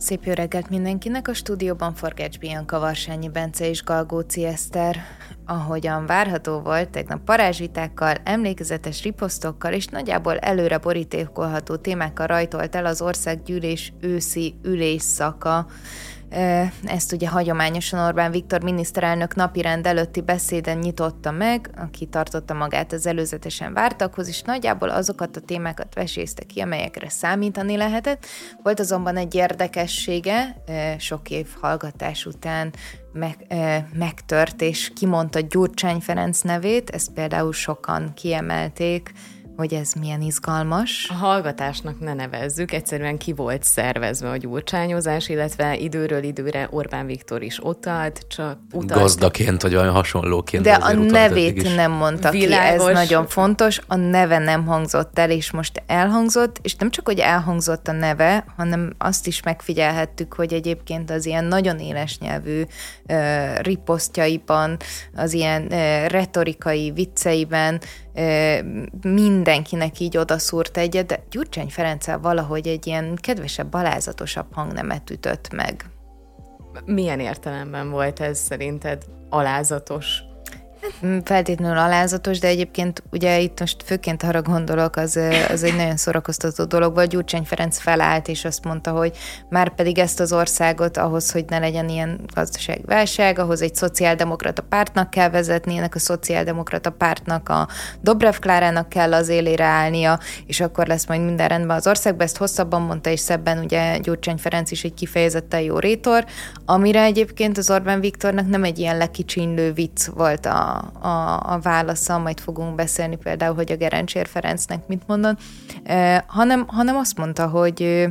Szép jó reggelt mindenkinek, a stúdióban Forgács Bianca, Varsányi Bence és Galgóci Eszter. Ahogyan várható volt, tegnap parázsvitákkal, emlékezetes riposztokkal és nagyjából előre borítékolható témákkal rajtolt el az országgyűlés őszi ülésszaka. Ezt ugye hagyományosan Orbán Viktor miniszterelnök napirend előtti beszéden nyitotta meg, aki tartotta magát az előzetesen vártakhoz, és nagyjából azokat a témákat vesézte ki, amelyekre számítani lehetett. Volt azonban egy érdekessége, sok év hallgatás után megtört, és kimondta Gyurcsány Ferenc nevét, ezt például sokan kiemelték, hogy ez milyen izgalmas. A hallgatásnak ne nevezzük, egyszerűen ki volt szervezve a gyurcsányozás, illetve időről időre Orbán Viktor is ott állt, csak utalt. Gazdaként, vagy olyan hasonlóként. De a nevét nem mondta világos. Ki, ez nagyon fontos, a neve nem hangzott el, és most elhangzott, és nem csak, hogy elhangzott a neve, hanem azt is megfigyelhettük, hogy egyébként az ilyen nagyon éles nyelvű riposztjaiban, az ilyen retorikai vicceiben mindenkinek így odaszúrt egyet, de Gyurcsány Ferenccel valahogy egy ilyen kedvesebb, alázatosabb hangnemet ütött meg. Milyen értelemben volt ez szerinted alázatos? Feltétlenül alázatos, de egyébként ugye itt most főként arra gondolok, az egy nagyon szórakoztató dolog volt. Gyurcsány Ferenc felállt, és azt mondta, hogy már pedig ezt az országot ahhoz, hogy ne legyen ilyen gazdaságválság, ahhoz egy szociáldemokrata pártnak kell vezetni, ennek a szociáldemokrata pártnak a Dobrev Klárának kell az élére állnia, és akkor lesz majd minden rendben az országban. Ezt hosszabban mondta, és szebben ugye Gyurcsány Ferenc is egy kifejezetten jó rétor, amire egyébként az Orbán Viktornak nem egy ilyen lekicsinylő vicc volt a válasza, majd fogunk beszélni például, hogy a Gerencsér Ferencnek mit mondott, hanem azt mondta, hogy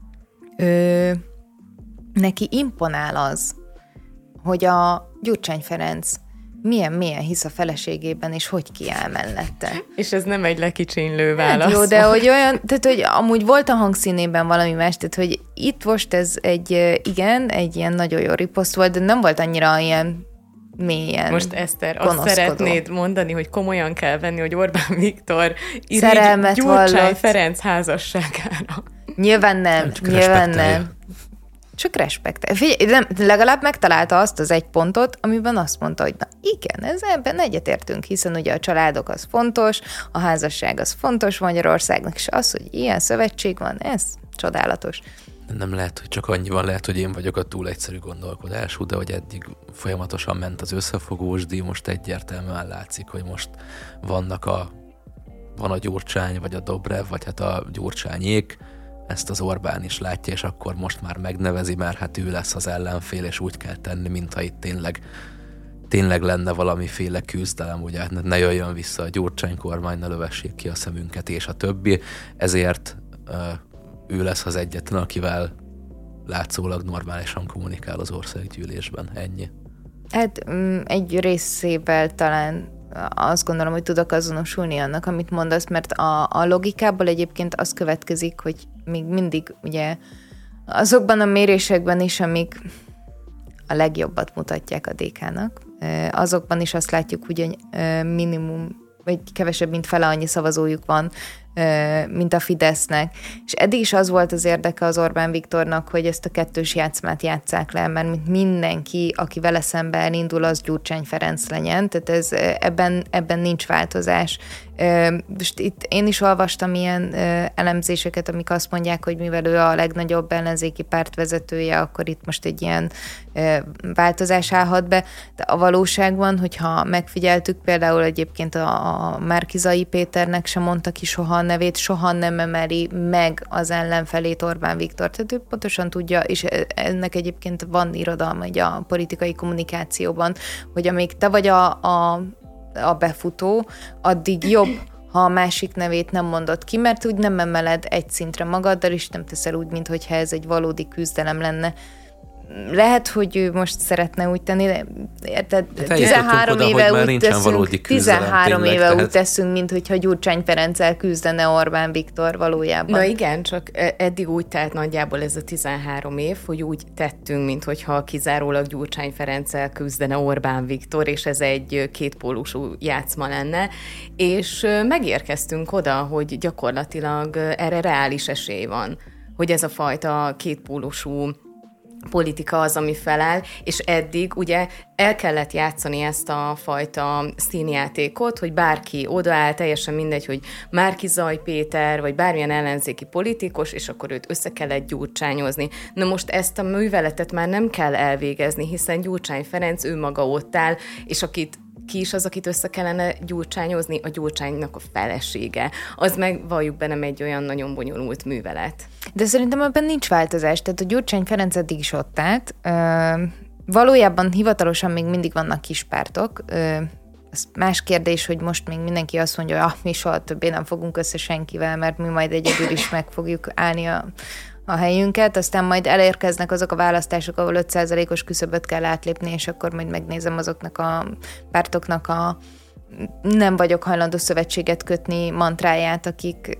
neki imponál az, hogy a Gyurcsány Ferenc milyen hisz a feleségében, és hogy kiáll mellette. És ez nem egy lekicsinylő válasz. Jó, de hogy olyan, tehát hogy amúgy volt a hangszínében valami más, tehát hogy itt most ez egy ilyen nagyon jó riposzt volt, de nem volt annyira ilyen mélyen. Most Eszter, azt szeretnéd mondani, hogy komolyan kell venni, hogy Orbán Viktor szerelmet Gyurcsány Ferenc házasságára. Nyilván nem. Csak respektálja. Figyelj, legalább megtalálta azt az egy pontot, amiben azt mondta, hogy na igen, ebben egyetértünk, hiszen ugye a családok az fontos, a házasság az fontos Magyarországnak, és az, hogy ilyen szövetség van, ez csodálatos. Nem lehet, hogy csak annyi van, lehet, hogy én vagyok a túl egyszerű gondolkodású, de hogy eddig folyamatosan ment az összefogósdi, most egyértelműen látszik, hogy most van a Gyurcsány, vagy a Dobrev, vagy hát a Gyurcsányék, ezt az Orbán is látja, és akkor most már megnevezi, mert hát ő lesz az ellenfél, és úgy kell tenni, mintha itt tényleg lenne valamiféle küzdelem, ugye ne jöjjön vissza a Gyurcsány kormány, ne lövessék ki a szemünket, és a többi. Ezért ő lesz az egyetlen, akivel látszólag normálisan kommunikál az országgyűlésben. Ennyi. Hát egy részével talán azt gondolom, hogy tudok azonosulni annak, amit mondasz, mert a logikából egyébként az következik, hogy még mindig ugye azokban a mérésekben is, amik a legjobbat mutatják a DK-nak, azokban is azt látjuk, hogy minimum, vagy kevesebb, mint fele annyi szavazójuk van, mint a Fidesznek. És eddig is az volt az érdeke az Orbán Viktornak, hogy ezt a kettős játszmát játsszák le, mert mint mindenki, aki vele szembe elindul, az Gyurcsány Ferenc legyen. Tehát ebben nincs változás. Most itt én is olvastam ilyen elemzéseket, amik azt mondják, hogy mivel ő a legnagyobb ellenzéki párt vezetője, akkor itt most egy ilyen változás állhat be. De a valóságban, hogyha megfigyeltük, például egyébként a Márki-Zay Péternek sem mondta ki soha a nevét, soha nem emeli meg az ellenfelét Orbán Viktor. Tehát ő pontosan tudja, és ennek egyébként van irodalma a politikai kommunikációban, hogy amíg te vagy a befutó, addig jobb, ha a másik nevét nem mondod ki, mert úgy nem emeled egy szintre magaddal, és nem teszel úgy, mintha ez egy valódi küzdelem lenne. Lehet, hogy ő most szeretne úgy tenni, de érted, 13 éve úgy teszünk, mintha Gyurcsány Ferenccel küzdene Orbán Viktor valójában. Na igen, csak eddig úgy telt nagyjából ez a 13 év, hogy úgy tettünk, mintha kizárólag Gyurcsány Ferenccel küzdene Orbán Viktor, és ez egy kétpólusú játszma lenne, és megérkeztünk oda, hogy gyakorlatilag erre reális esély van, hogy ez a fajta kétpólusú politika az, ami feláll, és eddig ugye el kellett játszani ezt a fajta színjátékot, hogy bárki odaáll, teljesen mindegy, hogy Márki-Zay Péter, vagy bármilyen ellenzéki politikus, és akkor őt össze kellett gyurcsányozni. Na most ezt a műveletet már nem kell elvégezni, hiszen Gyurcsány Ferenc ő maga ott áll, és ki is az, akit össze kellene gyurcsányozni? A Gyurcsánynak a felesége. Az meg, valljuk be, nem egy olyan nagyon bonyolult művelet. De szerintem ebben nincs változás. Tehát a Gyurcsány Ferenc eddig is ott állt. Valójában hivatalosan még mindig vannak kispártok. Ez más kérdés, hogy most még mindenki azt mondja, hogy mi soha többé nem fogunk össze senkivel, mert mi majd egyedül is meg fogjuk állni a helyünket, aztán majd elérkeznek azok a választások, ahol 5%-os küszöböt kell átlépni, és akkor majd megnézem azoknak a pártoknak a nem vagyok hajlandó szövetséget kötni mantráját, akik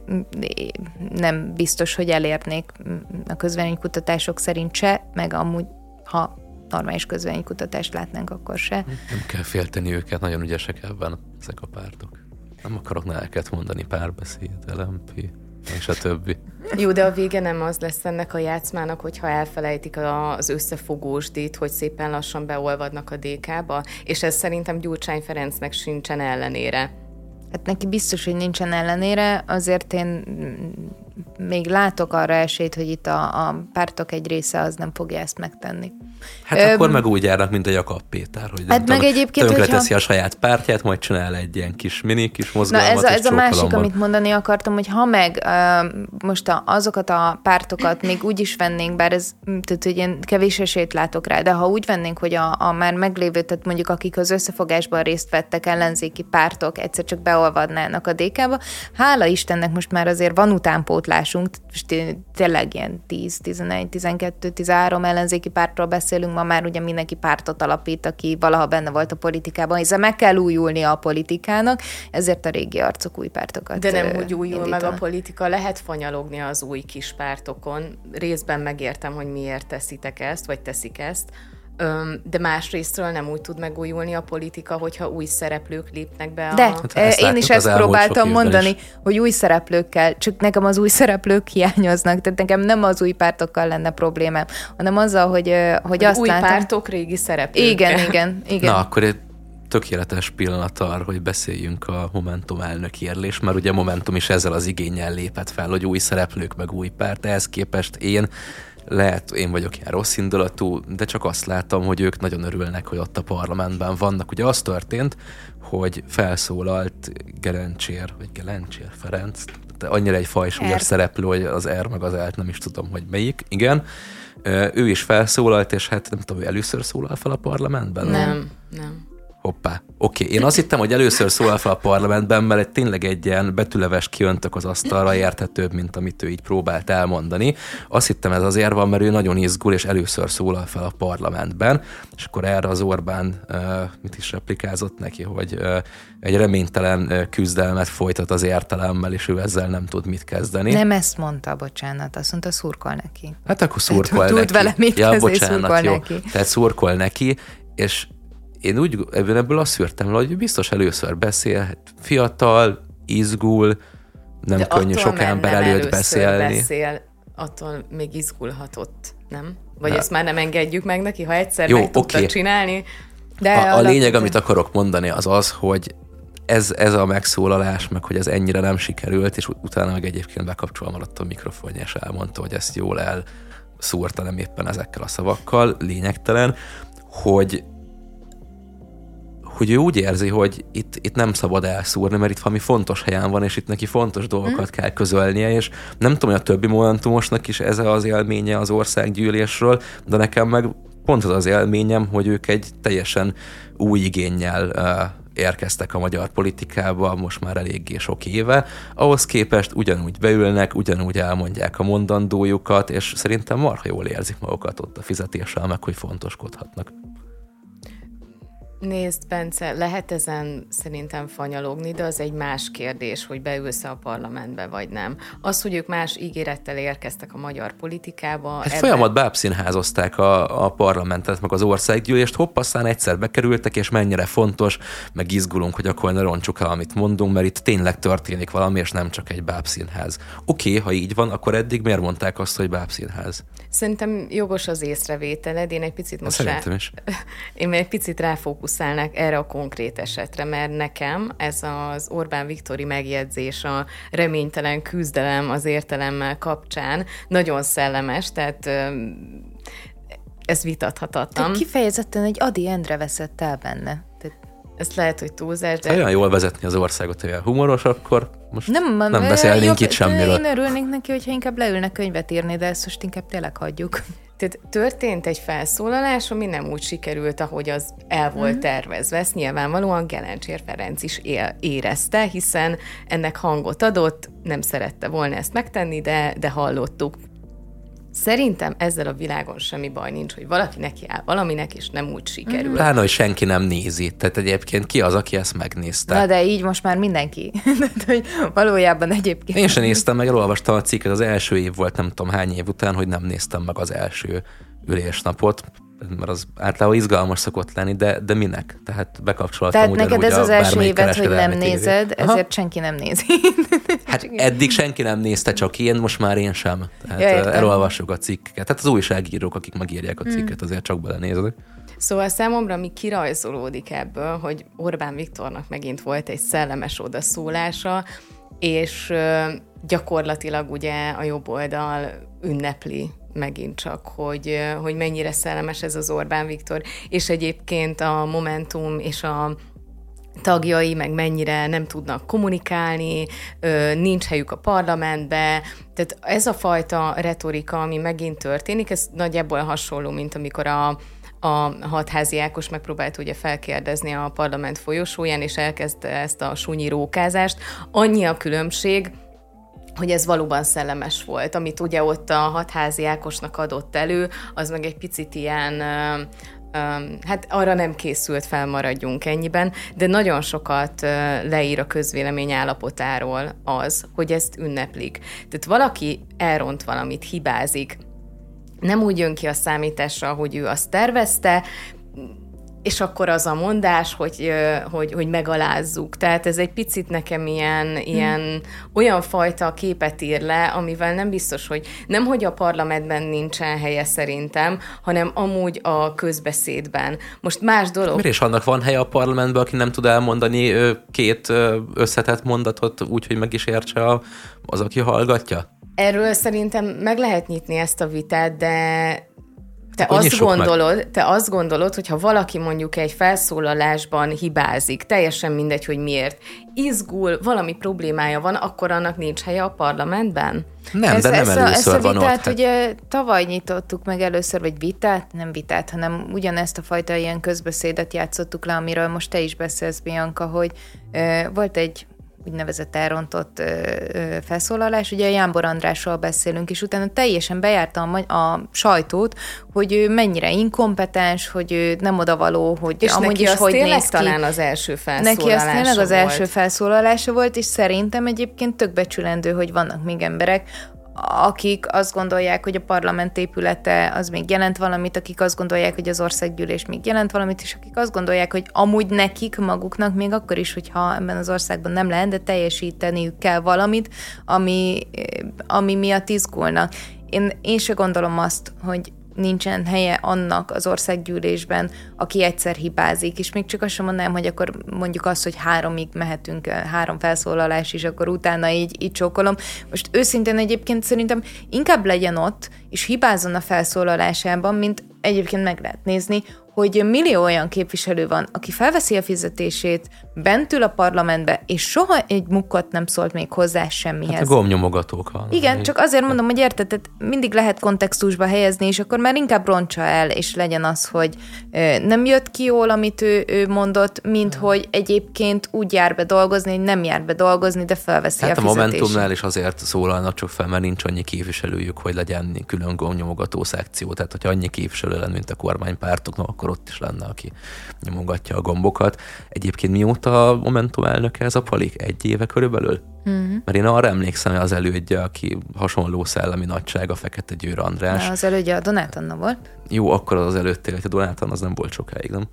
nem biztos, hogy elérnék a közvéleménykutatások szerint se, meg amúgy, ha normális közvéleménykutatást látnánk, akkor se. Nem kell félteni őket, nagyon ügyesek ebben ezek a pártok. Nem akarok neveket mondani, Párbeszéd, LMP, és a többi. Jó, de a vége nem az lesz ennek a játszmának, hogyha elfelejtik az összefogósdit, hogy szépen lassan beolvadnak a DK-ba, és ez szerintem Gyurcsány Ferencnek sincsen ellenére. Hát neki biztos, hogy nincsen ellenére, azért én még látok arra esélyt, hogy itt a pártok egy része az nem fogja ezt megtenni. Hát akkor meg úgy járnak, mint a Jakab Péter, hogy hát meg egyébként, tönkreteszi a saját pártját, majd csinál egy ilyen kis mozgalmat. Na ez a másik, amit mondani akartam, hogy ha meg most azokat a pártokat még úgy is vennénk, bár ez, tehát hogy én kevés esélyt látok rá, de ha úgy vennénk, hogy a már meglévő, tehát mondjuk akik az összefogásban részt vettek, ellenzéki pártok egyszer csak beolvadnának a DK-ba, hála Istennek most már azért van utánpótlásunk, tényleg ilyen 10, 11, 12, 13 ellenzéki pártról beszélünk, ma már ugye mindenki pártot alapít, aki valaha benne volt a politikában, hiszen meg kell újulnia a politikának, ezért a régi arcok új pártokat De nem úgy újul indítanak. meg a politika, lehet fanyalogni az új kis pártokon. Részben megértem, hogy miért teszitek ezt, vagy teszik ezt, de másrésztről nem úgy tud megújulni a politika, hogyha új szereplők lépnek be. De én is ezt próbáltam mondani, hogy új szereplőkkel, csak nekem az új szereplők hiányoznak, tehát nekem nem az új pártokkal lenne problémám, hanem azzal, hogy azt új látom... pártok, régi szereplők. Igen. Na, akkor egy tökéletes pillanat arra, hogy beszéljünk a Momentum elnökérlés, mert ugye Momentum is ezzel az igénnyel lépett fel, hogy új szereplők, meg új párt, ehhez képest én vagyok ilyen rossz indulatú, de csak azt látom, hogy ők nagyon örülnek, hogy ott a parlamentben vannak. Ugye az történt, hogy felszólalt Gelencsér Ferenc, de annyira egy fajsúlyos szereplő, hogy az R meg az L-t nem is tudom, hogy melyik. Igen. Ő is felszólalt, és hát nem tudom, hogy először szólal fel a parlamentben? Nem. Hoppá. Oké. Én azt hittem, hogy először szólal fel a parlamentben, mert tényleg egy ilyen betűleves kiöntök az asztalra, érthetőbb, mint amit ő így próbált elmondani. Azt hittem, ez azért van, mert ő nagyon izgul, és először szólal fel a parlamentben, és akkor erre az Orbán mit is replikázott neki, hogy egy reménytelen küzdelmet folytat az értelemmel, és ő ezzel nem tud mit kezdeni. Nem ezt mondta, bocsánat, azt mondta, szurkol neki. Hát akkor szurkol neki. Tud vele mit kezdeni, szurkol neki. Tehát szurkol neki, és én ebből azt szűrtem le, hogy biztos először beszél, fiatal, izgul, nem de könnyű sok ember előtt beszélni. Attól még izgulhatott, nem? Vagy ezt már nem engedjük meg neki, ha egyszer meg tudta csinálni. De a lényeg, amit akarok mondani, az, hogy ez a megszólalás, meg hogy ez ennyire nem sikerült, és utána meg egyébként bekapcsolva maradt a mikrofonja, és elmondta, hogy ezt jól elszúrta, nem éppen ezekkel a szavakkal, lényegtelen, hogy ő úgy érzi, hogy itt nem szabad elszúrni, mert itt valami fontos helyen van, és itt neki fontos dolgokat kell közölnie, és nem tudom, hogy a többi momentumosnak is ez az élménye az országgyűlésről, de nekem meg pont az élményem, hogy ők egy teljesen új igénnyel érkeztek a magyar politikába most már eléggé sok éve, ahhoz képest ugyanúgy beülnek, ugyanúgy elmondják a mondandójukat, és szerintem marha jól érzik magukat ott a fizetéssel, meg hogy fontoskodhatnak. Nézd, Bence, lehet ezen szerintem fanyalogni, de az egy más kérdés, hogy beülsz a parlamentbe, vagy nem. Az, hogy ők más ígérettel érkeztek a magyar politikába... Hát folyamat bábszínházozták a parlamentet, meg az országgyűlést, hopp, aztán egyszer bekerültek, és mennyire fontos, meg izgulunk, hogy akkor ne roncsuk el, amit mondunk, mert itt tényleg történik valami, és nem csak egy bábszínház. Oké, ha így van, akkor eddig miért mondták azt, hogy bábszínház? Szerintem jogos az észrevételed, én egy picit most én egy picit ráfókuszálnak erre a konkrét esetre, mert nekem ez az Orbán Viktori megjegyzés, a reménytelen küzdelem az értelemmel kapcsán nagyon szellemes, tehát ez vitathatatlan. Tehát kifejezetten egy Ady Endre veszett el benne. Ez lehet, hogy túlzás, de... Ha olyan jól vezetni az országot, hogy humoros, akkor most nem beszélnénk itt semmiről. Én örülnék neki, hogyha inkább leülnek könyvet írni, de ezt most inkább tényleg hagyjuk. Tehát történt egy felszólalás, ami nem úgy sikerült, ahogy az el volt tervezve. Ezt nyilvánvalóan Gelencsér Ferenc is érezte, hiszen ennek hangot adott, nem szerette volna ezt megtenni, de hallottuk. Szerintem ezzel a világon semmi baj nincs, hogy valaki neki áll valaminek, és nem úgy sikerül. Pláne, hogy senki nem nézi. Tehát egyébként ki az, aki ezt megnézte? Na de így most már mindenki. Tehát, hogy valójában egyébként... Én sem néztem meg, elolvastam a cikket, az első év volt, nem tudom hány év után, hogy nem néztem meg az első ülésnapot, mert az általában izgalmas szokott lenni, de minek? Tehát bekapcsoltam ugyanúgy. Tehát neked ez az első évet, hogy nem nézed, ezért senki nem nézi. Hát eddig senki nem nézte, csak én, most már én sem. Tehát elolvassuk a cikkeket. Tehát az újságírók, akik megírják a cikket, azért csak belenéznek. Szóval számomra mi kirajzolódik ebből, hogy Orbán Viktornak megint volt egy szellemes odaszólása, és gyakorlatilag ugye a jobb oldal ünnepli megint csak, hogy mennyire szellemes ez az Orbán Viktor, és egyébként a Momentum és a tagjai meg mennyire nem tudnak kommunikálni, nincs helyük a parlamentbe, tehát ez a fajta retorika, ami megint történik, ez nagyjából hasonló, mint amikor a Hatházi Ákos megpróbált ugye felkérdezni a parlament folyosóján, és elkezdte ezt a súnyi rókázást. Annyi a különbség, hogy ez valóban szellemes volt. Amit ugye ott a Hatházi Ákosnak adott elő, az meg egy picit ilyen, hát arra nem készült fel, maradjunk ennyiben, de nagyon sokat leír a közvélemény állapotáról az, hogy ezt ünneplik. Tehát valaki elront valamit, hibázik, nem úgy jön ki a számításra, hogy ő azt tervezte, és akkor az a mondás, hogy megalázzuk. Tehát ez egy picit nekem ilyen olyan fajta képet ír le, amivel nem biztos, hogy nem, hogy a parlamentben nincsen helye szerintem, hanem amúgy a közbeszédben. Most más dolog. Miért is annak van helye a parlamentben, aki nem tud elmondani két összetett mondatot úgy, hogy meg is értse az, aki hallgatja? Erről szerintem meg lehet nyitni ezt a vitát, de te azt gondolod, hogyha valaki mondjuk egy felszólalásban hibázik, teljesen mindegy, hogy miért, izgul, valami problémája van, akkor annak nincs helye a parlamentben? Nem, de nem először van ott. Ezt a vitát ugye tavaly nyitottuk meg először, vagy nem vitát, hanem ugyanezt a fajta ilyen közbeszédet játszottuk le, amiről most te is beszélsz, Bianca, hogy volt egy úgynevezett elrontott felszólalás, ugye Jámbor Andrásról beszélünk, és utána teljesen bejárta a sajtót, hogy ő mennyire inkompetens, hogy ő nem odavaló, hogy és amúgy is hogy néz ki. Talán az első felszólalása neki az tényleg az első felszólalása volt, és szerintem egyébként tök becsülendő, hogy vannak még emberek, akik azt gondolják, hogy a parlament épülete az még jelent valamit, akik azt gondolják, hogy az országgyűlés még jelent valamit, és akik azt gondolják, hogy amúgy nekik maguknak még akkor is, hogyha ebben az országban nem lehet, de teljesíteniük kell valamit, ami miatt izgulnak. Én se gondolom azt, hogy nincsen helye annak az országgyűlésben, aki egyszer hibázik, és még csak azt sem mondanám, hogy akkor mondjuk azt, hogy 3-ig mehetünk, 3 felszólalás, és akkor utána így csókolom. Most őszintén egyébként szerintem inkább legyen ott, és hibázzon a felszólalásában, mint egyébként meg lehet nézni, hogy millió olyan képviselő van, aki felveszi a fizetését, bent ül a parlamentbe, és soha egy mukkot nem szólt még hozzá semmihez. Hát a gombnyomogatók van. Igen, csak azért mondom, hogy érted, tehát mindig lehet kontextusba helyezni, és akkor már inkább roncsa el, és legyen az, hogy nem jött ki jól, amit ő mondott, mint hogy egyébként úgy jár be dolgozni, hogy nem jár be dolgozni, de felveszi hát a fizetését. A Momentumnál is azért szólalnak csak fel, mert nincs annyi képviselőjük, hogy legyen külön gombnyomogató szekció. Tehát, hogyha annyi képviselő lenne, mint a kormánypártoknak, akkor ott is lenne, aki nyomogatja a gombokat. Egyébként mióta a Momentum elnöke ez a Palik? 1 éve körülbelül? Mert én arra emlékszem, hogy az elődje, aki hasonló szellemi nagyság, a Fekete Győr András. Az elődje a Donát Anna volt. Jó, akkor az előttél, hogy a Donát Anna az nem volt sokáig, nem?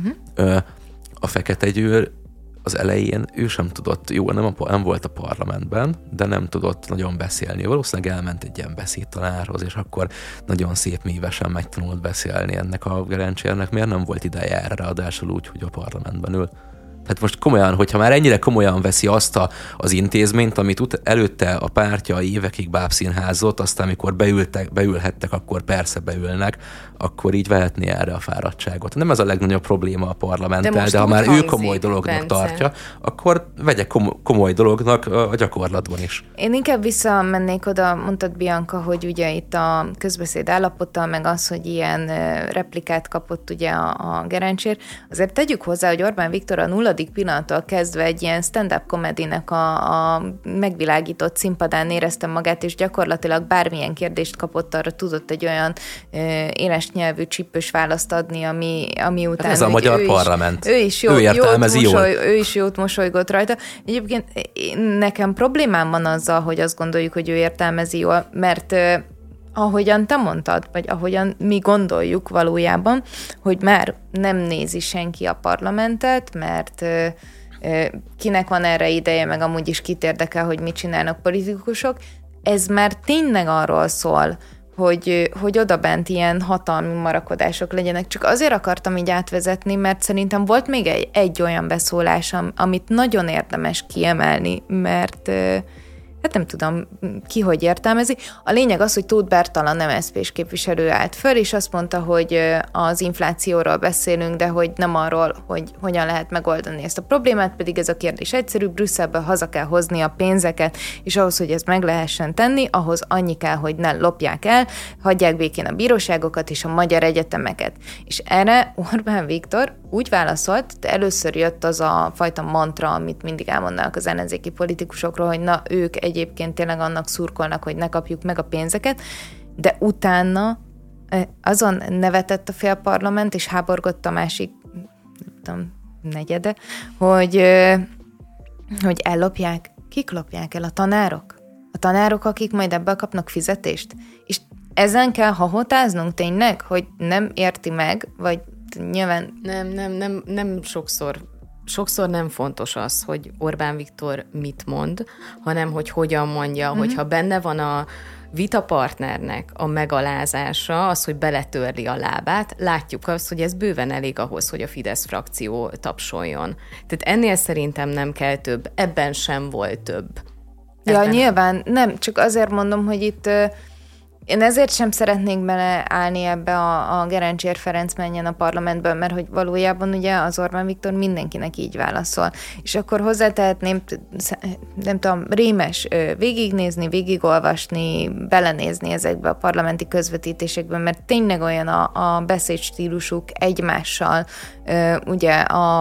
A Fekete Győr az elején ő sem tudott, jó, nem volt a parlamentben, de nem tudott nagyon beszélni. Valószínűleg elment egy ilyen beszédtanárhoz, és akkor nagyon szép mívesen megtanult beszélni ennek a Gerencsérnek. Miért nem volt ideje erre, ráadásul úgy, hogy a parlamentben ül? Tehát most komolyan, hogyha már ennyire komolyan veszi azt az intézményt, amit előtte a pártja évekig bábszínházott, aztán amikor beülhettek, akkor persze beülnek, akkor így vehetné erre a fáradtságot. Nem ez a legnagyobb probléma a parlamenttel, de ha már ő komoly dolognak tartja, akkor vegye komoly dolognak a gyakorlatban is. Én inkább visszamennék oda, mondtad Bianca, hogy ugye itt a közbeszéd állapota, meg az, hogy ilyen replikát kapott ugye a Gerencsér. Azért tegyük hozzá, hogy Orbán Viktor a 0. pillanattól kezdve egy ilyen stand-up comedynek a megvilágított színpadán érezte magát, és gyakorlatilag bármilyen kérdést kapott, arra tudott egy olyan éles nyelvű csípős választ adni, ami után... Ez a magyar parlament. Ő is jót mosolygott rajta. Egyébként nekem problémám van azzal, hogy azt gondoljuk, hogy ő értelmezi jól, mert ahogyan te mondtad, vagy ahogyan mi gondoljuk valójában, hogy már nem nézi senki a parlamentet, mert kinek van erre ideje, meg amúgy is kit érdekel, hogy mit csinálnak politikusok. Ez már tényleg arról szól, hogy odabent ilyen hatalmi marakodások legyenek. Csak azért akartam így átvezetni, mert szerintem volt még egy olyan beszólás, amit nagyon érdemes kiemelni, mert hát nem tudom, ki hogy értelmezi. A lényeg az, hogy Tóth Bertalan nem SZP-s képviselő állt föl, és azt mondta, hogy az inflációról beszélünk, de hogy nem arról, hogy hogyan lehet megoldani ezt a problémát, pedig ez a kérdés egyszerű, Brüsszelből haza kell hozni a pénzeket, és ahhoz, hogy ezt meg lehessen tenni, ahhoz annyi kell, hogy ne lopják el, hagyják békén a bíróságokat és a magyar egyetemeket. És erre Orbán Viktor úgy válaszolt, de először jött az a fajta mantra, amit mindig elmondanak az ellenzéki politikusokról, hogy na, ők egyébként tényleg annak szurkolnak, hogy ne kapjuk meg a pénzeket, de utána azon nevetett a fél parlament, és háborgott a másik, nem tudom, negyede, hogy ellopják. Kik lopják el? A tanárok? A tanárok, akik majd ebből kapnak fizetést? És ezen kell hahotáznunk tényleg, hogy nem érti meg, vagy nyilván... Nem sokszor nem fontos az, hogy Orbán Viktor mit mond, hanem hogy hogyan mondja, hogyha benne van a vitapartnernek a megalázása, az, hogy beletörli a lábát, látjuk azt, hogy ez bőven elég ahhoz, hogy a Fidesz frakció tapsoljon. Tehát ennél szerintem nem kell több, ebben sem volt több. Nyilván nem, csak azért mondom, hogy itt én ezért sem szeretnék beleállni ebbe a Gerencsér Ferenc menjen a parlamentből, mert hogy valójában ugye az Orbán Viktor mindenkinek így válaszol. És akkor hozzátehetném, nem tudom, rémes végignézni, végigolvasni, belenézni ezekbe a parlamenti közvetítésekbe, mert tényleg olyan a beszédstílusuk egymással, ugye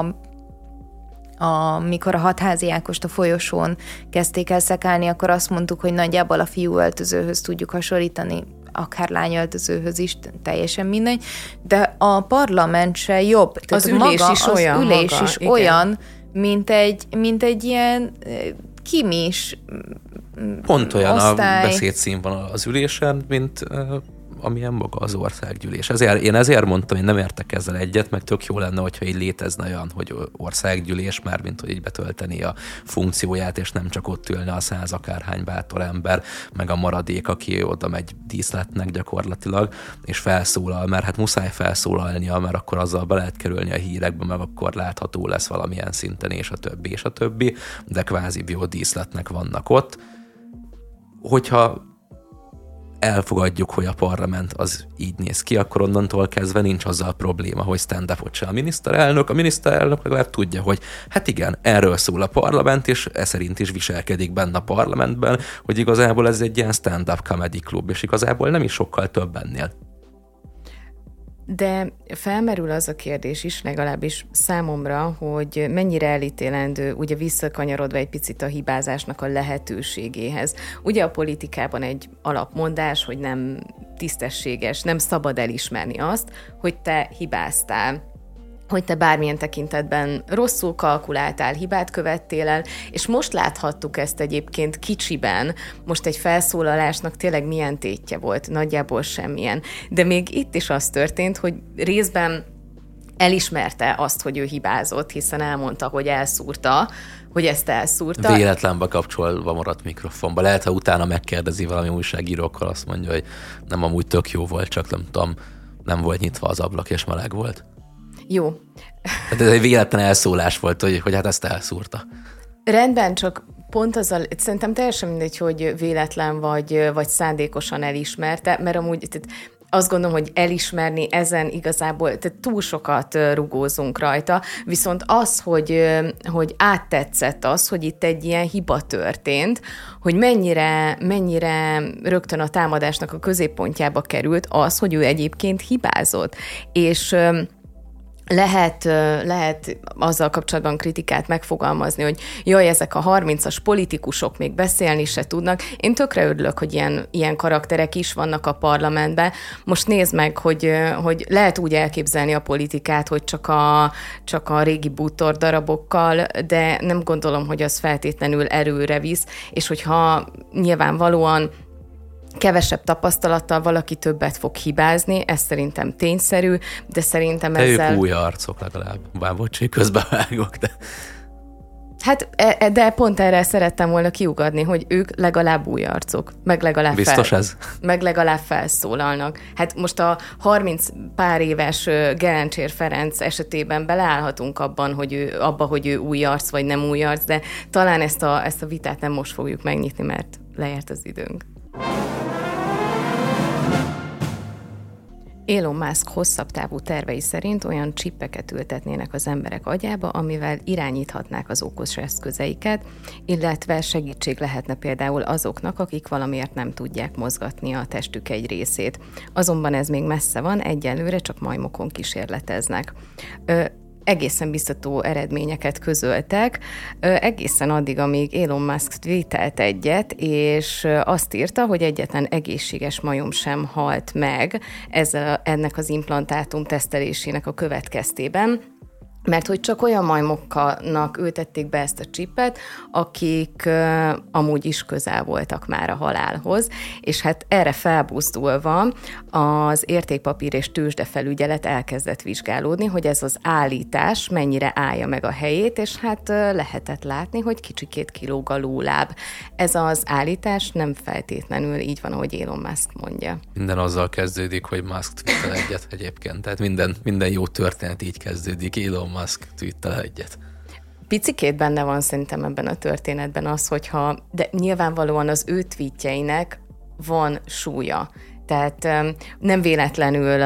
amikor a Hatházi Ákost a folyosón kezdték el szekálni, akkor azt mondtuk, hogy nagyjából a fiúöltözőhöz tudjuk hasonlítani, akár lányöltözőhöz is, teljesen mindegy, de a parlament se jobb. Tehát az ülés maga, is olyan. Az ülés is olyan, mint egy ilyen kimis pont olyan osztály. A beszédszínvonal az ülésen, mint amilyen maga az országgyűlés. Én ezért mondtam, hogy nem értek ezzel egyet, meg tök jó lenne, hogyha így létezne olyan, hogy országgyűlés, már mint hogy így betölteni a funkcióját, és nem csak ott ülne a 100 akárhány bátor ember, meg a maradék, aki oda megy díszletnek gyakorlatilag, és felszólal, mert hát muszáj felszólalnia, mert akkor azzal be lehet kerülni a hírekbe, meg akkor látható lesz valamilyen szinten, és a többi, de kvázi biodíszletnek vannak ott. Hogyha elfogadjuk, hogy a parlament az így néz ki, akkor onnantól kezdve nincs azzal probléma, hogy stand-upot csinál a miniszterelnök. A miniszterelnök legalább tudja, hogy hát igen, erről szól a parlament, és ez szerint is viselkedik benne a parlamentben, hogy igazából ez egy ilyen stand-up comedy klub, és igazából nem is sokkal több ennél. De felmerül az a kérdés is, legalábbis számomra, hogy mennyire elítélendő, ugye visszakanyarodva egy picit a hibázásnak a lehetőségéhez. Ugye a politikában egy alapmondás, hogy nem tisztességes, nem szabad elismerni azt, hogy te hibáztál, hogy te bármilyen tekintetben rosszul kalkuláltál, hibát követtél el, és most láthattuk ezt egyébként kicsiben, most egy felszólalásnak tényleg milyen tétje volt, nagyjából semmilyen. De még itt is az történt, hogy részben elismerte azt, hogy ő hibázott, hiszen elmondta, hogy elszúrta, hogy ezt elszúrta. Véletlenbe kapcsolva maradt mikrofonba. Lehet, ha utána megkérdezi valami újságírókkal, azt mondja, hogy nem, amúgy tök jó volt, csak nem tudom, nem volt nyitva az ablak, és meleg volt. Jó. Hát ez egy véletlen elszólás volt, hogy hát ezt elszúrta. Rendben, csak pont azzal, szerintem teljesen mindegy, hogy véletlen vagy szándékosan elismerte, mert amúgy azt gondolom, hogy elismerni ezen igazából, tehát túl sokat rugózunk rajta, viszont az, hogy áttetszett az, hogy itt egy ilyen hiba történt, hogy mennyire rögtön a támadásnak a középpontjába került az, hogy ő egyébként hibázott. És lehet azzal kapcsolatban kritikát megfogalmazni, hogy jaj, ezek a 30-as politikusok még beszélni se tudnak. Én tökre örülök, hogy ilyen karakterek is vannak a parlamentben. Most nézd meg, hogy lehet úgy elképzelni a politikát, hogy csak a régi bútor darabokkal, de nem gondolom, hogy az feltétlenül erőre visz, és hogyha nyilvánvalóan kevesebb tapasztalattal valaki többet fog hibázni, ez szerintem tényszerű, de szerintem de ezzel... ők új arcok legalább. Bár bocs, közbevágok, de... Hát, de pont erre szerettem volna kiugadni, hogy ők legalább új arcok, meg legalább, biztos ez? Meg legalább felszólalnak. Hát most a 30 pár éves Gelencsér Ferenc esetében beleállhatunk abban, hogy ő új arc, vagy nem új arc, de talán ezt a vitát nem most fogjuk megnyitni, mert lejárt az időnk. Elon Musk hosszabb távú tervei szerint olyan csippeket ültetnének az emberek agyába, amivel irányíthatnák az okos eszközeiket, illetve segítség lehetne például azoknak, akik valamiért nem tudják mozgatni a testük egy részét. Azonban ez még messze van, egyelőre csak majmokon kísérleteznek. Egészen biztató eredményeket közöltek, egészen addig, amíg Elon Musk tweetelt egyet, és azt írta, hogy egyetlen egészséges majom sem halt meg ennek az implantátum tesztelésének a következtében, mert hogy csak olyan majmoknak ültették be ezt a csipet, akik amúgy is közel voltak már a halálhoz, és hát erre felbuzdulva az értékpapír és tőzsdefelügyelet elkezdett vizsgálódni, hogy ez az állítás mennyire állja meg a helyét, és hát lehetett látni, hogy kicsikét kilóg a lóláb. Ez az állítás nem feltétlenül így van, ahogy Elon Musk mondja. Minden azzal kezdődik, hogy Musk twittel egyet egyébként, tehát minden jó történet így kezdődik, Elon Musk twittel egyet. Picikét benne van szerintem ebben a történetben az, de nyilvánvalóan az ő tweetjeinek van súlya. Tehát nem véletlenül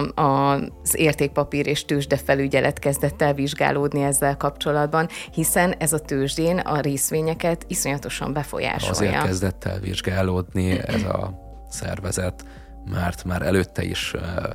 az értékpapír és tőzsdefelügyelet kezdett el vizsgálódni ezzel kapcsolatban, hiszen ez a tőzsdén a részvényeket iszonyatosan befolyásolja. Azért kezdett el vizsgálódni ez a szervezet, mert már előtte is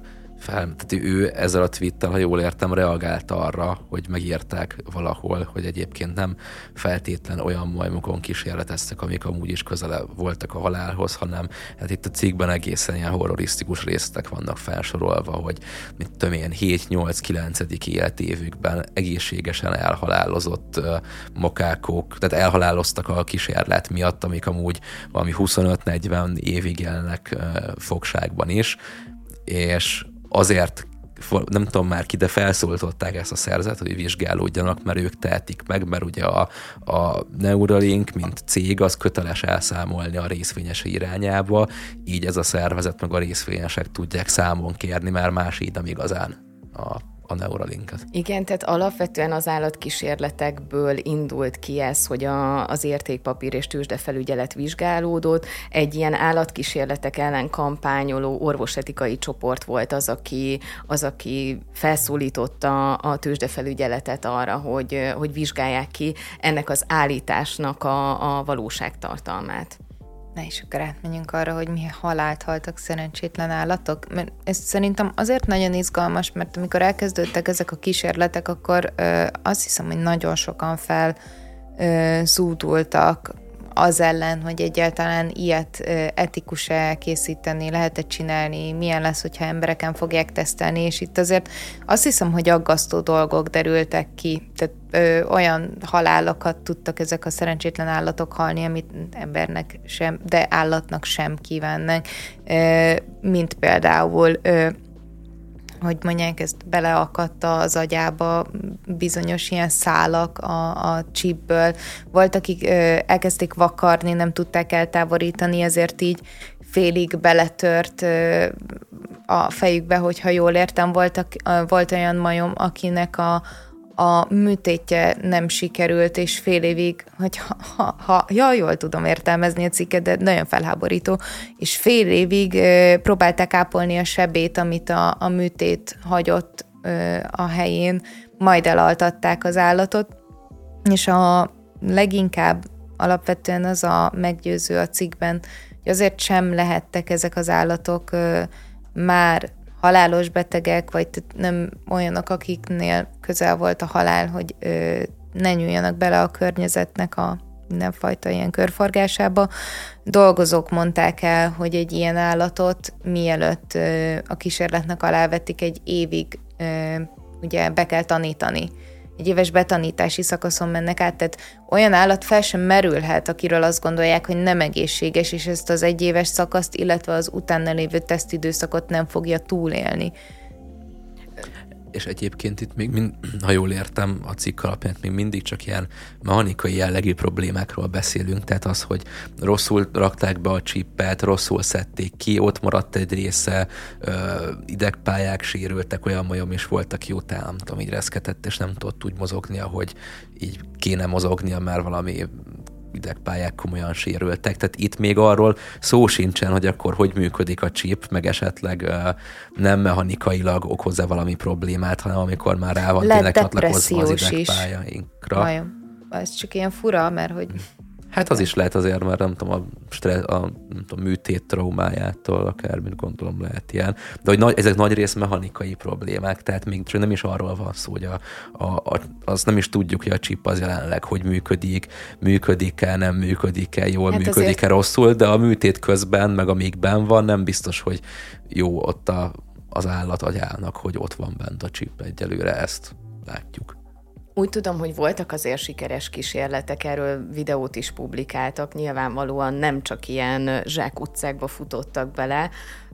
tehát ő ezzel a tweettel, ha jól értem, reagált arra, hogy megírták valahol, hogy egyébként nem feltétlen olyan majmokon kísérleteztek, amik amúgy is közele voltak a halálhoz, hanem hát itt a cikkben egészen ilyen horrorisztikus részletek vannak felsorolva, hogy mit tudom én, 7-8-9. életévükben egészségesen elhalálozott makákok, tehát elhaláloztak a kísérlet miatt, amik amúgy valami 25-40 évig élnek fogságban is, és azért, nem tudom már ki, de felszólították ezt a szervezetet, hogy vizsgálódjanak, mert ők tehetik meg, mert ugye a Neuralink, mint cég, az köteles elszámolni a részvényes irányába, így ez a szervezet meg a részvényesek tudják számon kérni, mert más így nem igazán a Neuralinket. Igen, tehát alapvetően az állatkísérletekből indult ki ez, hogy az értékpapír és tőzsdefelügyelet vizsgálódott. Egy ilyen állatkísérletek ellen kampányoló orvosetikai csoport volt az, aki felszólította a tőzsdefelügyeletet arra, hogy vizsgálják ki ennek az állításnak a valóságtartalmát. Na és akkor átmenjünk arra, hogy mi halált haltak szerencsétlen állatok, mert ez szerintem azért nagyon izgalmas, mert amikor elkezdődtek ezek a kísérletek, akkor azt hiszem, hogy nagyon sokan felszúdultak az ellen, hogy egyáltalán ilyet etikus-e készíteni, lehet-e csinálni, milyen lesz, hogyha embereken fogják tesztelni, és itt azért azt hiszem, hogy aggasztó dolgok derültek ki, tehát olyan halálokat tudtak ezek a szerencsétlen állatok halni, amit embernek sem, de állatnak sem kívánnak, mint például hogy mondják, ezt beleakadta az agyába bizonyos ilyen szálak a chipből. Volt, akik elkezdték vakarni, nem tudták eltávolítani, ezért így félig beletört a fejükbe, hogyha jól értem. Volt olyan majom, akinek a műtétje nem sikerült, és fél évig, hogy jól tudom értelmezni a cikket, de nagyon felháborító, és fél évig próbálták ápolni a sebét, amit a műtét hagyott a helyén, majd elaltatták az állatot, és a leginkább alapvetően az a meggyőző a cikkben, hogy azért sem lehettek ezek az állatok már halálos betegek, vagy nem olyanok, akiknél közel volt a halál, hogy ne nyúljanak bele a környezetnek a mindenfajta ilyen körforgásába. Dolgozók mondták el, hogy egy ilyen állatot mielőtt a kísérletnek alávetik, egy évig ugye be kell tanítani. Egy éves betanítási szakaszon mennek át, tehát olyan állat fel sem merülhet, akiről azt gondolják, hogy nem egészséges, és ezt az egyéves szakaszt, illetve az utána lévő tesztidőszakot nem fogja túlélni. És egyébként itt még, ha jól értem, a cikk alapján még mindig csak ilyen mechanikai jellegű problémákról beszélünk, tehát az, hogy rosszul rakták be a csippet, rosszul szedték ki, ott maradt egy része, idegpályák sérültek, olyan majom is volt, aki utána, nem tudom, így reszketett, és nem tudott úgy mozogni, ahogy így kéne mozognia, mert valami idegpályák komolyan sérültek. Tehát itt még arról szó sincsen, hogy akkor hogy működik a chip, meg esetleg nem mechanikailag okoz-e valami problémát, hanem amikor már rá van tényleg csatlakozva az idegpályainkra. Ez csak ilyen fura, mert hogy... Hát az is lehet azért, mert nem tudom, nem tudom, műtét traumájától akármint gondolom lehet ilyen. De hogy ezek nagy rész mechanikai problémák, tehát még csak nem is arról van szó, hogy azt nem is tudjuk, hogy a chip az jelenleg hogy működik-e, nem működik-e, jól hát működik-e azért... rosszul, de a műtét közben, meg amíg benn van, nem biztos, hogy jó ott az állat agyának, hogy ott van bent a chip egyelőre, ezt látjuk. Úgy tudom, hogy voltak azért sikeres kísérletek, erről videót is publikáltak, nyilvánvalóan nem csak ilyen zsákutcákba futottak bele.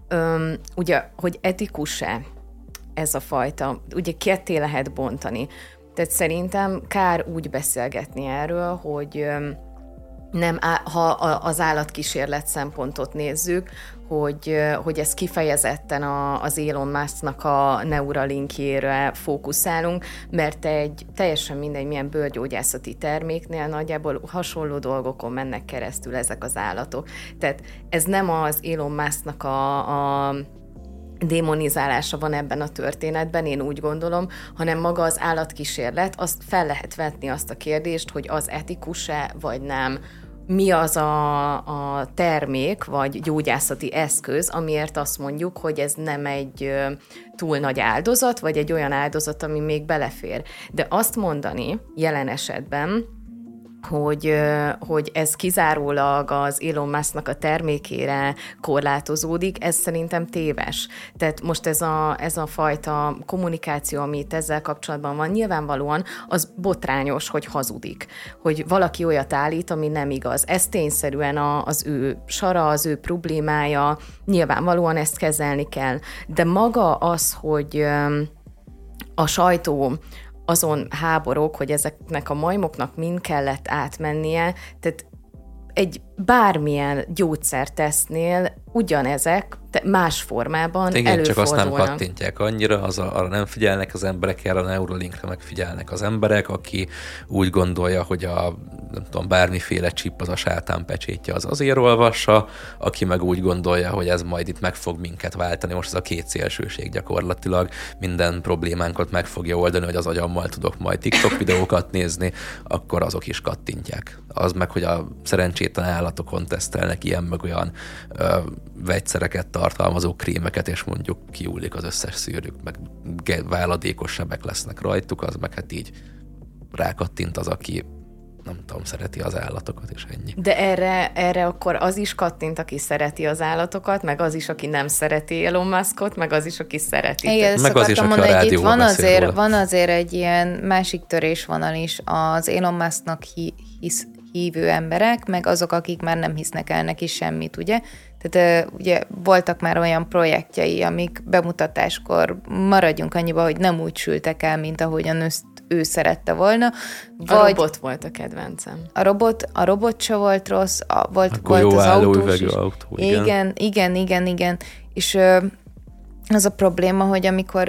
Ugye, hogy etikus-e ez a fajta, ugye ketté lehet bontani. Tehát szerintem kár úgy beszélgetni erről, hogy nem, ha az állatkísérlet szempontot nézzük, hogy ez kifejezetten az Elon Musknak a Neuralinkjére fókuszálunk, mert egy teljesen mindegy milyen bőrgyógyászati terméknél nagyjából hasonló dolgokon mennek keresztül ezek az állatok. Tehát ez nem az Elon Musknak a démonizálása van ebben a történetben, én úgy gondolom, hanem maga az állatkísérlet, azt fel lehet vetni azt a kérdést, hogy az etikus-e, vagy nem, mi az a termék, vagy gyógyászati eszköz, amiért azt mondjuk, hogy ez nem egy túl nagy áldozat, vagy egy olyan áldozat, ami még belefér. De azt mondani jelen esetben, hogy ez kizárólag az Elon Musknak a termékére korlátozódik, ez szerintem téves. Tehát most ez a fajta kommunikáció, ami itt ezzel kapcsolatban van, nyilvánvalóan az botrányos, hogy hazudik. Hogy valaki olyat állít, ami nem igaz. Ez tényszerűen az ő sara, az ő problémája, nyilvánvalóan ezt kezelni kell. De maga az, hogy a sajtó azon háborog, hogy ezeknek a majmoknak mind kellett átmennie, tehát egy bármilyen gyógyszertesztnél ugyanezek más formában igen, előfordulnak. csak azt nem kattintják annyira, arra nem figyelnek az emberek, erre a Neuralinkre megfigyelnek az emberek, aki úgy gondolja, hogy nem tudom, bármiféle chip az a sátán pecsétje, az azért olvassa, aki meg úgy gondolja, hogy ez majd itt meg fog minket váltani. Most ez a két szélsőség gyakorlatilag minden problémánkat meg fogja oldani, hogy az agyammal tudok majd TikTok videókat nézni, akkor azok is kattintják. Az meg, hogy a szerencsétlen állatokon tesztelnek ilyen meg olyan vegyszereket tartalmazó krémeket, és mondjuk kiúlik az összes szűrük, meg váladékos sebek lesznek rajtuk, az meg hát így rákattint az, aki nem tudom, szereti az állatokat, és ennyi. De erre akkor az is kattint, aki szereti az állatokat, meg az is, aki nem szereti Elon Muskot, meg az is, aki szereti. Igen, meg az is, aki a rádióban beszél róla. Van azért egy ilyen másik törésvonal is az Elon Musknak hívő emberek, meg azok, akik már nem hisznek el neki semmit, ugye? Tehát ugye voltak már olyan projektjei, amik bemutatáskor maradjunk annyiba, hogy nem úgy sültek el, mint ahogyan ő szerette volna. Vagy a robot volt a kedvencem. A robot se volt rossz, volt az autós is. Autó, igen. És az a probléma, hogy amikor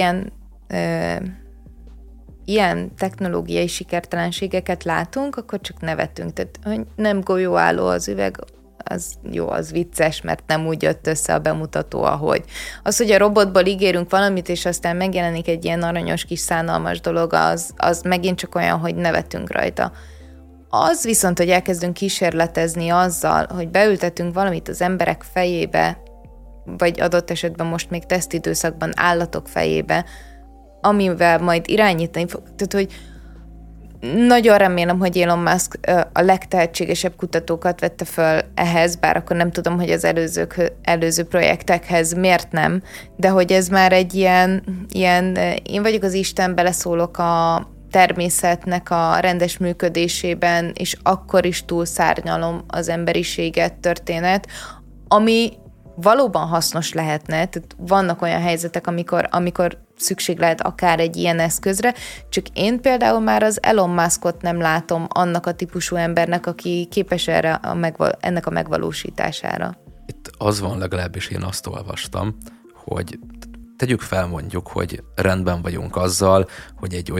ilyen technológiai sikertelenségeket látunk, akkor csak nevetünk. Tehát, hogy nem golyóálló az üveg, az jó, az vicces, mert nem úgy jött össze a bemutató, ahogy. Az, hogy a robotból ígérünk valamit, és aztán megjelenik egy ilyen aranyos kis szánalmas dolog, az megint csak olyan, hogy nevetünk rajta. Az viszont, hogy elkezdünk kísérletezni azzal, hogy beültetünk valamit az emberek fejébe, vagy adott esetben most még tesztidőszakban állatok fejébe, amivel majd irányítani fog. Tehát, hogy nagyon remélem, hogy Elon Musk a legtehetségesebb kutatókat vette föl ehhez, bár akkor nem tudom, hogy az előző projektekhez miért nem, de hogy ez már egy ilyen én vagyok az Isten, beleszólok a természetnek a rendes működésében, és akkor is túlszárnyalom az emberiséget történet, ami valóban hasznos lehetne, tehát vannak olyan helyzetek, amikor szükség lehet akár egy ilyen eszközre, csak én például már az Elon Muskot nem látom annak a típusú embernek, aki képes ennek a megvalósítására. Itt az van, legalábbis én azt olvastam, hogy tegyük fel mondjuk, hogy rendben vagyunk azzal, hogy egy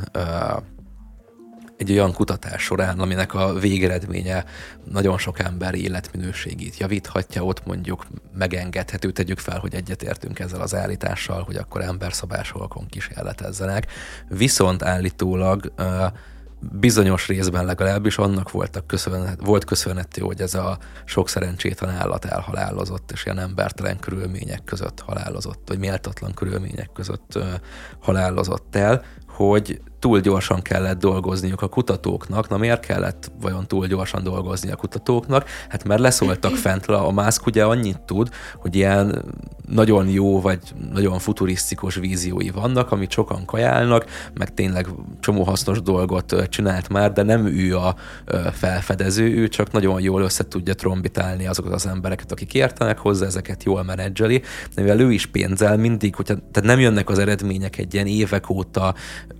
olyan kutatás során, aminek a végeredménye nagyon sok ember életminőségét javíthatja, ott mondjuk megengedhető, tegyük fel, hogy egyetértünk ezzel az állítással, hogy akkor emberszabásokon kísérletezzenek. Viszont állítólag bizonyos részben legalábbis annak volt köszönhető, hogy ez a sok szerencsétlen állat elhalálozott, és ilyen embertelen körülmények között halálozott, vagy méltatlan körülmények között halálozott el, hogy túl gyorsan kellett dolgozniuk a kutatóknak. Na miért kellett vajon túl gyorsan dolgozni a kutatóknak? Hát mert leszóltak fentről, a Musk ugye annyit tud, hogy ilyen nagyon jó, vagy nagyon futurisztikus víziói vannak, amit sokan kajálnak, meg tényleg csomó hasznos dolgot csinált már, de nem ő a felfedező, ő csak nagyon jól össze tudja trombitálni azokat az embereket, akik értenek hozzá, ezeket jól menedzseli, de mivel ő is pénzzel mindig, tehát nem jönnek az eredmények egy ilyen évek óta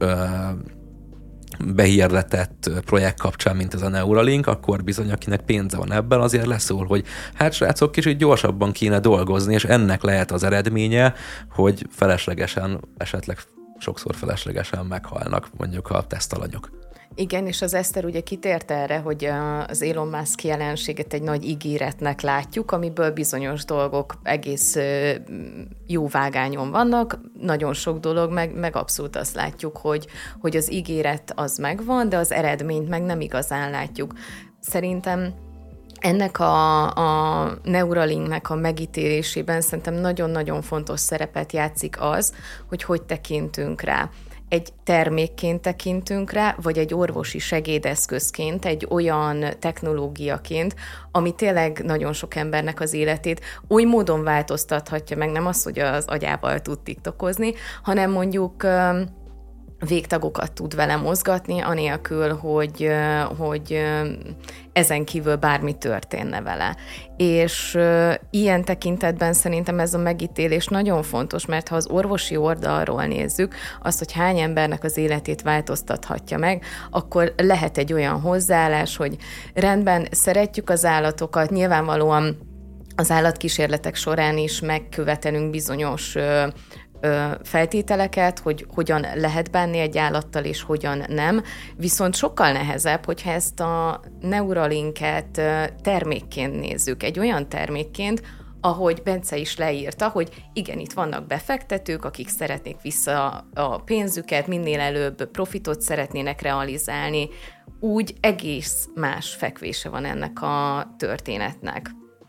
behirdetett projekt kapcsán, mint ez a Neuralink, akkor bizony, akinek pénze van ebben, azért leszól, hogy hát srácok, kicsit gyorsabban kéne dolgozni, és ennek lehet az eredménye, hogy esetleg sokszor feleslegesen meghalnak mondjuk a tesztalanyok. Igen, és az Eszter ugye kitért erre, hogy az Elon Musk jelenséget egy nagy ígéretnek látjuk, amiből bizonyos dolgok egész jó vágányon vannak, nagyon sok dolog, meg abszolút azt látjuk, hogy az ígéret az megvan, de az eredményt meg nem igazán látjuk. Szerintem ennek a Neuralinknek a megítélésében szerintem nagyon-nagyon fontos szerepet játszik az, hogy tekintünk rá. Egy termékként tekintünk rá, vagy egy orvosi segédeszközként, egy olyan technológiaként, ami tényleg nagyon sok embernek az életét oly módon változtathatja meg, nem az, hogy az agyával tud tiktokozni, hanem mondjuk végtagokat tud vele mozgatni, anélkül, hogy ezen kívül bármi történne vele. És ilyen tekintetben szerintem ez a megítélés nagyon fontos, mert ha az orvosi oldalról nézzük, azt, hogy hány embernek az életét változtathatja meg, akkor lehet egy olyan hozzáállás, hogy rendben, szeretjük az állatokat, nyilvánvalóan az állatkísérletek során is megkövetelünk bizonyos feltételeket, hogy hogyan lehet bánni egy állattal, és hogyan nem. Viszont sokkal nehezebb, hogyha ezt a Neuralinket termékként nézzük. Egy olyan termékként, ahogy Bence is leírta, hogy igen, itt vannak befektetők, akik szeretnék vissza a pénzüket, minél előbb profitot szeretnének realizálni, úgy egész más fekvése van ennek a történetnek.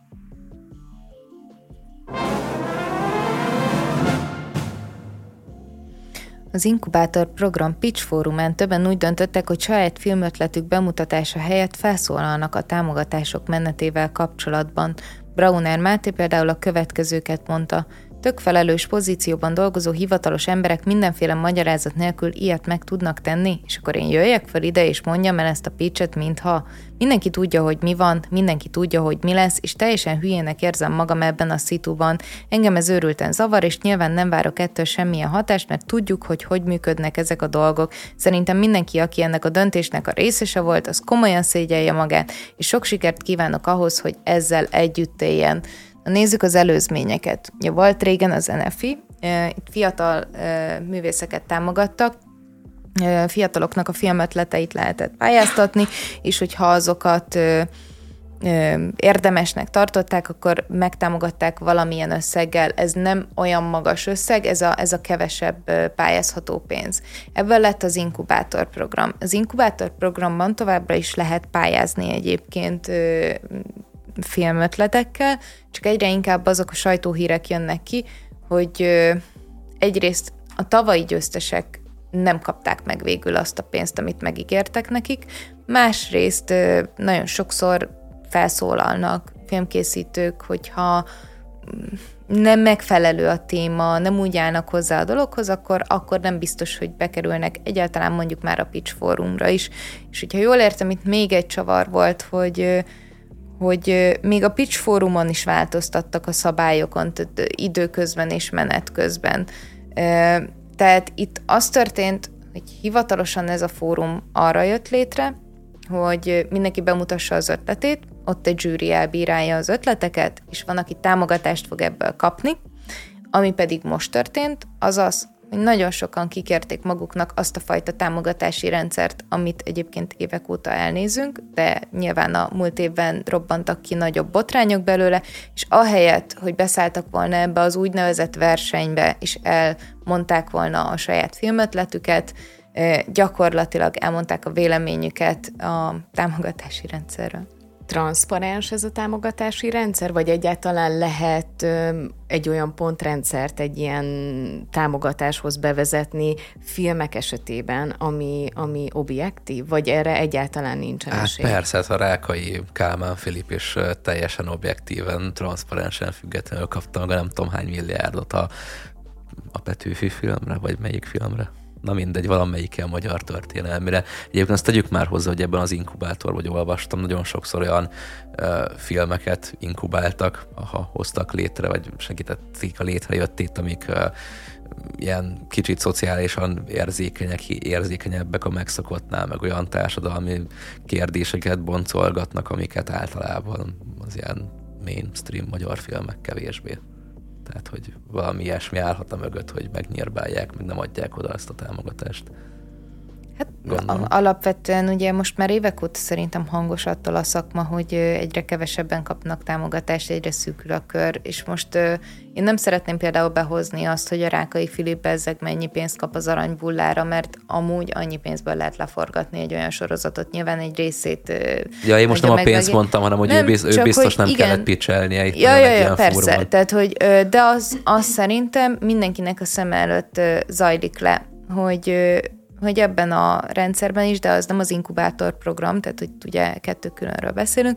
Az Inkubátor program Pitch fórumán többen úgy döntöttek, hogy saját filmötletük bemutatása helyett felszólalnak a támogatások menetével kapcsolatban. Brauner Máté például a következőket mondta: tök felelős pozícióban dolgozó hivatalos emberek mindenféle magyarázat nélkül ilyet meg tudnak tenni, és akkor én jöjjek fel ide és mondjam el ezt a pitchet, mintha mindenki tudja, hogy mi van, mindenki tudja, hogy mi lesz, és teljesen hülyének érzem magam ebben a szituban. Engem ez őrülten zavar, és nyilván nem várok ettől semmilyen hatást, mert tudjuk, hogy működnek ezek a dolgok. Szerintem mindenki, aki ennek a döntésnek a részese volt, az komolyan szégyelje magát, és sok sikert kívánok ahhoz, hogy ezzel együtt éljen. Nézzük az előzményeket. Ugye volt régen az NFI, itt fiatal művészeket támogattak, fiataloknak a filmötleteit lehetett pályáztatni, és hogyha azokat érdemesnek tartották, akkor megtámogatták valamilyen összeggel. Ez nem olyan magas összeg, ez a kevesebb pályázható pénz. Ebből lett az Inkubátor program. Az Inkubátor programban továbbra is lehet pályázni egyébként filmötletekkel, csak egyre inkább azok a sajtóhírek jönnek ki, hogy egyrészt a tavalyi győztesek nem kapták meg végül azt a pénzt, amit megígértek nekik, másrészt nagyon sokszor felszólalnak filmkészítők, hogyha nem megfelelő a téma, nem úgy állnak hozzá a dologhoz, akkor nem biztos, hogy bekerülnek egyáltalán mondjuk már a Pitch fórumra is. És hogyha jól értem, itt még egy csavar volt, hogy még a Pitch fórumon is változtattak a szabályokon, időközben és menet közben. Tehát itt az történt, hogy hivatalosan ez a fórum arra jött létre, hogy mindenki bemutassa az ötletét, ott egy zsűri elbírálja az ötleteket, és van, aki támogatást fog ebből kapni, ami pedig most történt, az az, hogy nagyon sokan kikérték maguknak azt a fajta támogatási rendszert, amit egyébként évek óta elnézünk, de nyilván a múlt évben robbantak ki nagyobb botrányok belőle, és ahelyett, hogy beszálltak volna ebbe az úgynevezett versenybe, és elmondták volna a saját filmötletüket, gyakorlatilag elmondták a véleményüket a támogatási rendszerről. Transzparens ez a támogatási rendszer, vagy egyáltalán lehet egy olyan pontrendszert egy ilyen támogatáshoz bevezetni filmek esetében, ami objektív, vagy erre egyáltalán nincsen esély? Persze, ez a Rákai Kálmán Filip is teljesen objektíven, transzparensen függetlenül kapta meg a nem tudom hány milliárdot a Petőfi filmre, vagy melyik filmre. Na mindegy, valamelyik magyar történelmire. Egyébként azt tegyük már hozzá, hogy ebben az inkubátorban, hogy olvastam, nagyon sokszor olyan filmeket inkubáltak, ha hoztak létre, vagy segítették a létrejöttét, amik ilyen kicsit szociálisan érzékenyebbek a megszokottnál, meg olyan társadalmi kérdéseket boncolgatnak, amiket általában az ilyen mainstream magyar filmek kevésbé. Tehát, hogy valami ilyesmi állhat a mögött, hogy megnyírbálják, meg nem adják oda ezt a támogatást. Hát alapvetően ugye most már évek óta szerintem hangos attól a szakma, hogy egyre kevesebben kapnak támogatást, egyre szűkül a kör, és most én nem szeretném például behozni azt, hogy a Rákai Filip bezzeg mennyi pénzt kap az Aranybullára, mert amúgy annyi pénzből lehet leforgatni egy olyan sorozatot, nyilván egy részét. Ja, én most nem a pénzt mondtam, hanem hogy ő biztos nem igen, kellett pitchelnie itt ja, persze, fórumon. Tehát, hogy, de az szerintem mindenkinek a szem előtt zajlik le, hogy ebben a rendszerben is, de az nem az inkubátor program, tehát hogy ugye kettő különről beszélünk,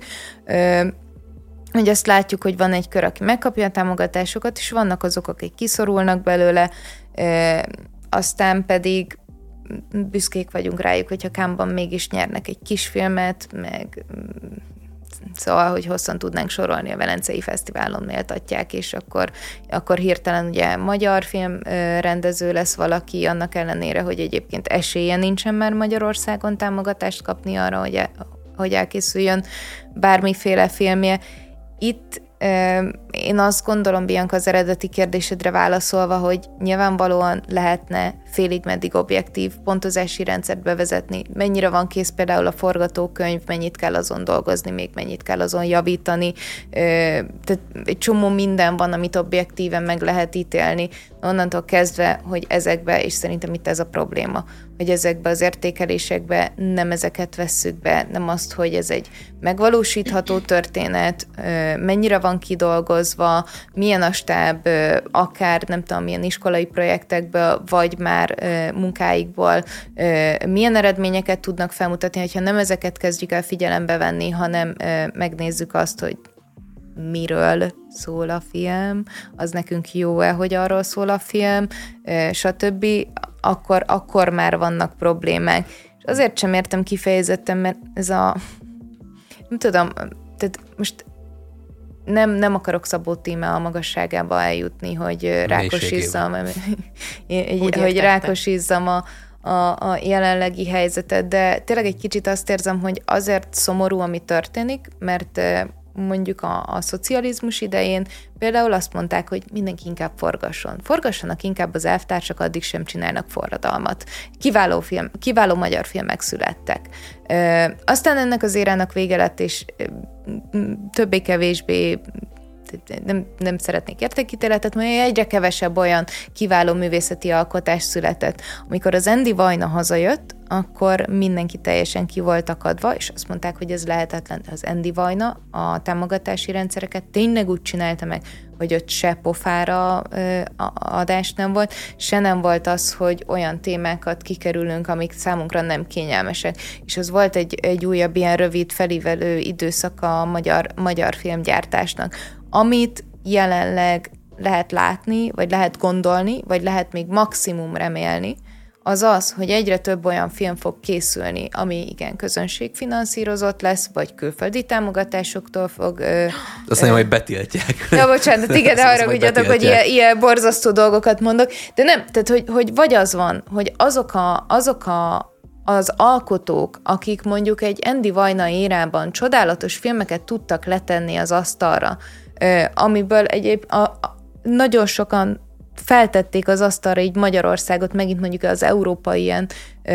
hogy azt látjuk, hogy van egy kör, aki megkapja a támogatásokat, és vannak azok, akik kiszorulnak belőle, aztán pedig büszkék vagyunk rájuk, hogyha Cannes-ban mégis nyernek egy kisfilmet, meg szóval, hogy hosszan tudnánk sorolni, a Velencei Fesztiválon méltatják, és akkor hirtelen ugye magyar filmrendező lesz valaki, annak ellenére, hogy egyébként esélye nincsen már Magyarországon támogatást kapni arra, hogy elkészüljön bármiféle filmje. Itt én azt gondolom, Bianca, az eredeti kérdésedre válaszolva, hogy nyilvánvalóan lehetne félig meddig objektív pontozási rendszert bevezetni. Mennyire van kész például a forgatókönyv, mennyit kell azon dolgozni, még mennyit kell azon javítani. Tehát egy csomó minden van, amit objektíven meg lehet ítélni. Onnantól kezdve, hogy ezekbe, és szerintem itt ez a probléma, hogy ezekbe az értékelésekbe nem ezeket vesszük be, nem azt, hogy ez egy megvalósítható történet, mennyire van kidolgozva, milyen a stáb, akár nem tudom, milyen iskolai projektekből, vagy már munkáikból, milyen eredményeket tudnak felmutatni, hogyha nem ezeket kezdjük el figyelembe venni, hanem megnézzük azt, hogy miről szól a film, az nekünk jó-e, hogy arról szól a film, stb., akkor már vannak problémák. És azért sem értem kifejezetten, mert ez nem tudom, tehát most nem akarok Szabó Tíme a magasságába eljutni, hogy rákosizzam a jelenlegi helyzetet, de tényleg egy kicsit azt érzem, hogy azért szomorú, ami történik, mert mondjuk a szocializmus idején például azt mondták, hogy mindenki inkább forgasson. Forgassanak inkább az elvtársak, addig sem csinálnak forradalmat. Kiváló magyar filmek születtek. Aztán ennek az érának vége lett, és többé-kevésbé nem szeretnék értékítéletet mondani, egyre kevesebb olyan kiváló művészeti alkotás született. Amikor az Andy Vajna hazajött, akkor mindenki teljesen ki volt akadva, és azt mondták, hogy ez lehetetlen. Az Andy Vajna a támogatási rendszereket tényleg úgy csinálta meg, hogy ott se pofára adás nem volt, se nem volt az, hogy olyan témákat kikerülünk, amik számunkra nem kényelmesek. És az volt egy újabb ilyen rövid felívelő időszaka a magyar filmgyártásnak, amit jelenleg lehet látni, vagy lehet gondolni, vagy lehet még maximum remélni, az, hogy egyre több olyan film fog készülni, ami igen közönségfinanszírozott lesz, vagy külföldi támogatásoktól fog... Azt mondja, hogy betiltják. Ja, bocsánat, igen, de arra tudjatok, hogy ilyen borzasztó dolgokat mondok. De nem, tehát hogy vagy az van, hogy azok az alkotók, akik mondjuk egy Andy Vajna érában csodálatos filmeket tudtak letenni az asztalra, amiből nagyon sokan feltették az asztalra így Magyarországot, megint mondjuk az európai ilyen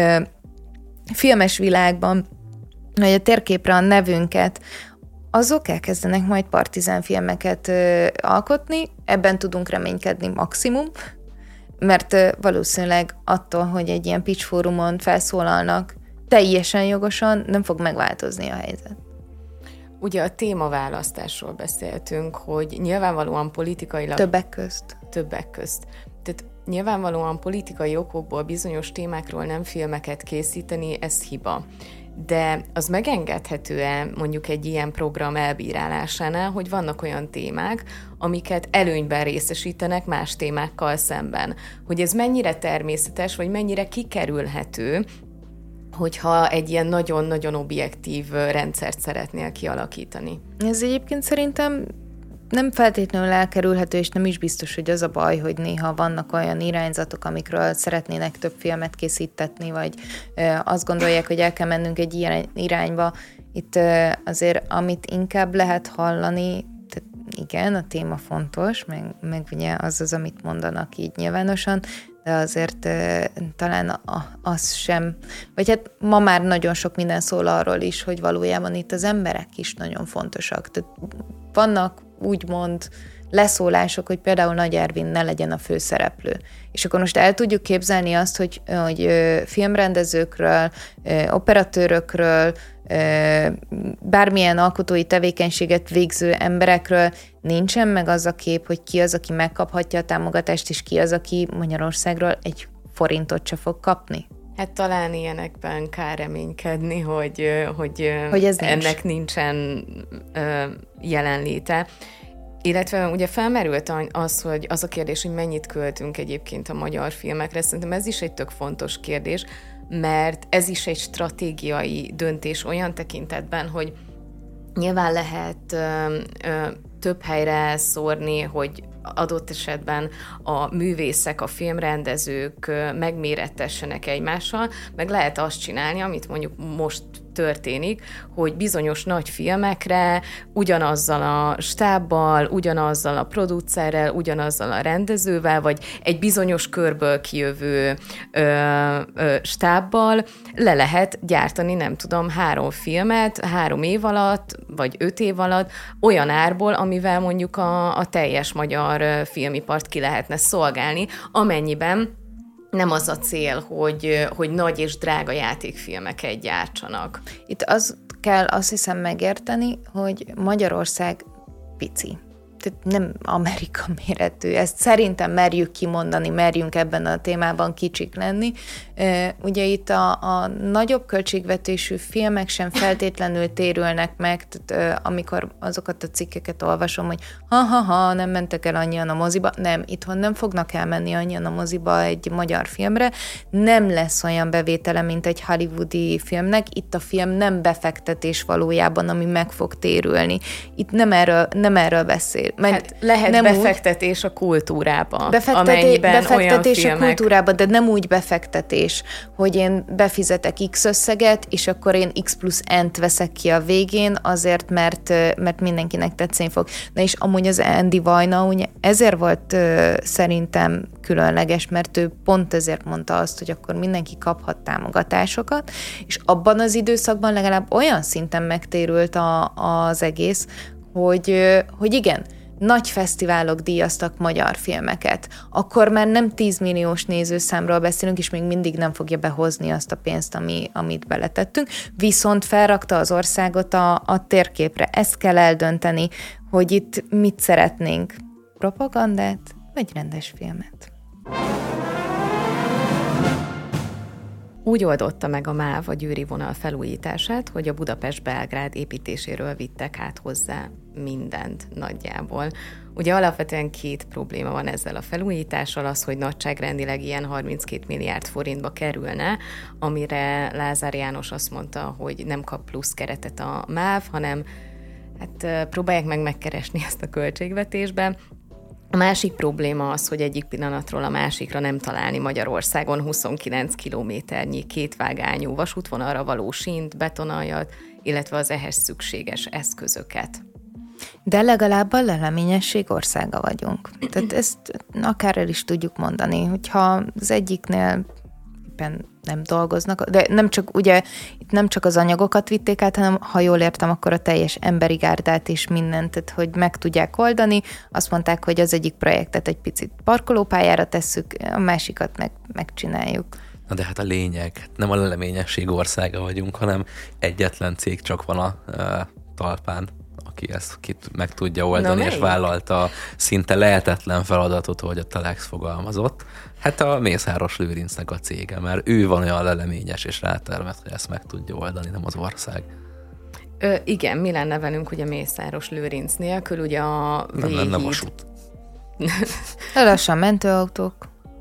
filmes világban, vagy a térképre a nevünket, azok elkezdenek majd partizán filmeket alkotni, ebben tudunk reménykedni maximum, mert valószínűleg attól, hogy egy ilyen pitch fórumon felszólalnak teljesen jogosan, nem fog megváltozni a helyzet. Ugye a témaválasztásról beszéltünk, hogy nyilvánvalóan politikailag... Többek közt. Tehát nyilvánvalóan politikai okokból bizonyos témákról nem filmeket készíteni, ez hiba. De az megengedhető-e mondjuk egy ilyen program elbírálásánál, hogy vannak olyan témák, amiket előnyben részesítenek más témákkal szemben? Hogy ez mennyire természetes, vagy mennyire kikerülhető, hogyha egy ilyen nagyon-nagyon objektív rendszert szeretnél kialakítani? Ez egyébként szerintem nem feltétlenül elkerülhető, és nem is biztos, hogy az a baj, hogy néha vannak olyan irányzatok, amikről szeretnének több filmet készítetni, vagy azt gondolják, hogy el kell mennünk egy ilyen irányba. Itt azért, amit inkább lehet hallani, tehát igen, a téma fontos, meg ugye az, amit mondanak így nyilvánosan, de azért talán az sem, vagy hát ma már nagyon sok minden szól arról is, hogy valójában itt az emberek is nagyon fontosak. Tehát vannak úgymond leszólások, hogy például Nagy Ervin ne legyen a főszereplő. És akkor most el tudjuk képzelni azt, hogy filmrendezőkről, operatőrökről, bármilyen alkotói tevékenységet végző emberekről nincsen meg az a kép, hogy ki az, aki megkaphatja a támogatást, és ki az, aki Magyarországról egy forintot se fog kapni. Hát talán ilyenekben kár reménykedni, hogy ez ennek nincsen jelenléte. Illetve ugye felmerült az, hogy az a kérdés, hogy mennyit költünk egyébként a magyar filmekre. Szerintem ez is egy tök fontos kérdés, mert ez is egy stratégiai döntés olyan tekintetben, hogy nyilván lehet több helyre szórni, hogy adott esetben a művészek, a filmrendezők megmérettessenek egymással, meg lehet azt csinálni, amit mondjuk most történik, hogy bizonyos nagy filmekre ugyanazzal a stábbal, ugyanazzal a producerrel, ugyanazzal a rendezővel, vagy egy bizonyos körből kijövő stábbal le lehet gyártani, nem tudom, 3 filmet, 3 év alatt, vagy 5 év alatt, olyan árból, amivel mondjuk a teljes magyar filmipart ki lehetne szolgálni, amennyiben nem az a cél, hogy nagy és drága játékfilmeket gyártsanak. Itt az kell azt hiszem megérteni, hogy Magyarország pici. Tehát nem Amerika méretű. Ezt szerintem merjük kimondani, merjünk ebben a témában kicsik lenni. Ugye itt a nagyobb költségvetésű filmek sem feltétlenül térülnek meg, tehát amikor azokat a cikkeket olvasom, hogy nem mentek el annyian a moziba. Nem, itthon nem fognak elmenni annyian a moziba egy magyar filmre. Nem lesz olyan bevétele, mint egy hollywoodi filmnek. Itt a film nem befektetés valójában, ami meg fog térülni. Itt nem erről beszél. Hát lehet nem befektetés a kultúrába, befektetés a kultúrába, de nem úgy befektetés, hogy én befizetek X összeget, és akkor én X plusz N-t veszek ki a végén, azért, mert mindenkinek tetszeni fog. Na és amúgy az Andy Vajna ugye ezért volt szerintem különleges, mert ő pont ezért mondta azt, hogy akkor mindenki kaphat támogatásokat, és abban az időszakban legalább olyan szinten megtérült az egész, hogy igen, nagy fesztiválok díjaztak magyar filmeket. Akkor már nem 10 milliós nézőszámról beszélünk, és még mindig nem fogja behozni azt a pénzt, amit beletettünk, viszont felrakta az országot a térképre. Ezt kell eldönteni, hogy itt mit szeretnénk. Propagandát, vagy rendes filmet? Úgy oldotta meg a MÁV a győri vonal felújítását, hogy a Budapest-Belgrád építéséről vittek át hozzá mindent nagyjából. Ugye alapvetően 2 probléma van ezzel a felújítással, az, hogy nagyságrendileg ilyen 32 milliárd forintba kerülne, amire Lázár János azt mondta, hogy nem kap plusz keretet a MÁV, hanem hát próbálják meg megkeresni ezt a költségvetésben. A másik probléma az, hogy egyik pillanatról a másikra nem találni Magyarországon 29 kilométernyi kétvágányú vasútvonalra való sínt, betonaljat, illetve az ehhez szükséges eszközöket. De legalább a leleményesség országa vagyunk. Tehát ezt akár el is tudjuk mondani, hogyha az egyiknél éppen nem dolgoznak, de nem csak, ugye, itt nem csak az anyagokat vitték át, hanem ha jól értem, akkor a teljes emberi gárdát és mindent, tehát hogy meg tudják oldani. Azt mondták, hogy az egyik projektet egy picit parkolópályára tesszük, a másikat megcsináljuk. Na de hát a lényeg, nem a leleményesség országa vagyunk, hanem egyetlen cég csak van a talpán, aki ezt meg tudja oldani, és vállalta szinte lehetetlen feladatot, hogy a Telex fogalmazott. Hát a Mészáros Lőrincnek a cége, mert ő van olyan leleményes és rátermet, hogy ezt meg tudja oldani, nem az ország. Igen, mi lenne velünk ugye Mészáros Lőrinc nélkül, ugye a nem lenne vasút. Lassan mentőautók.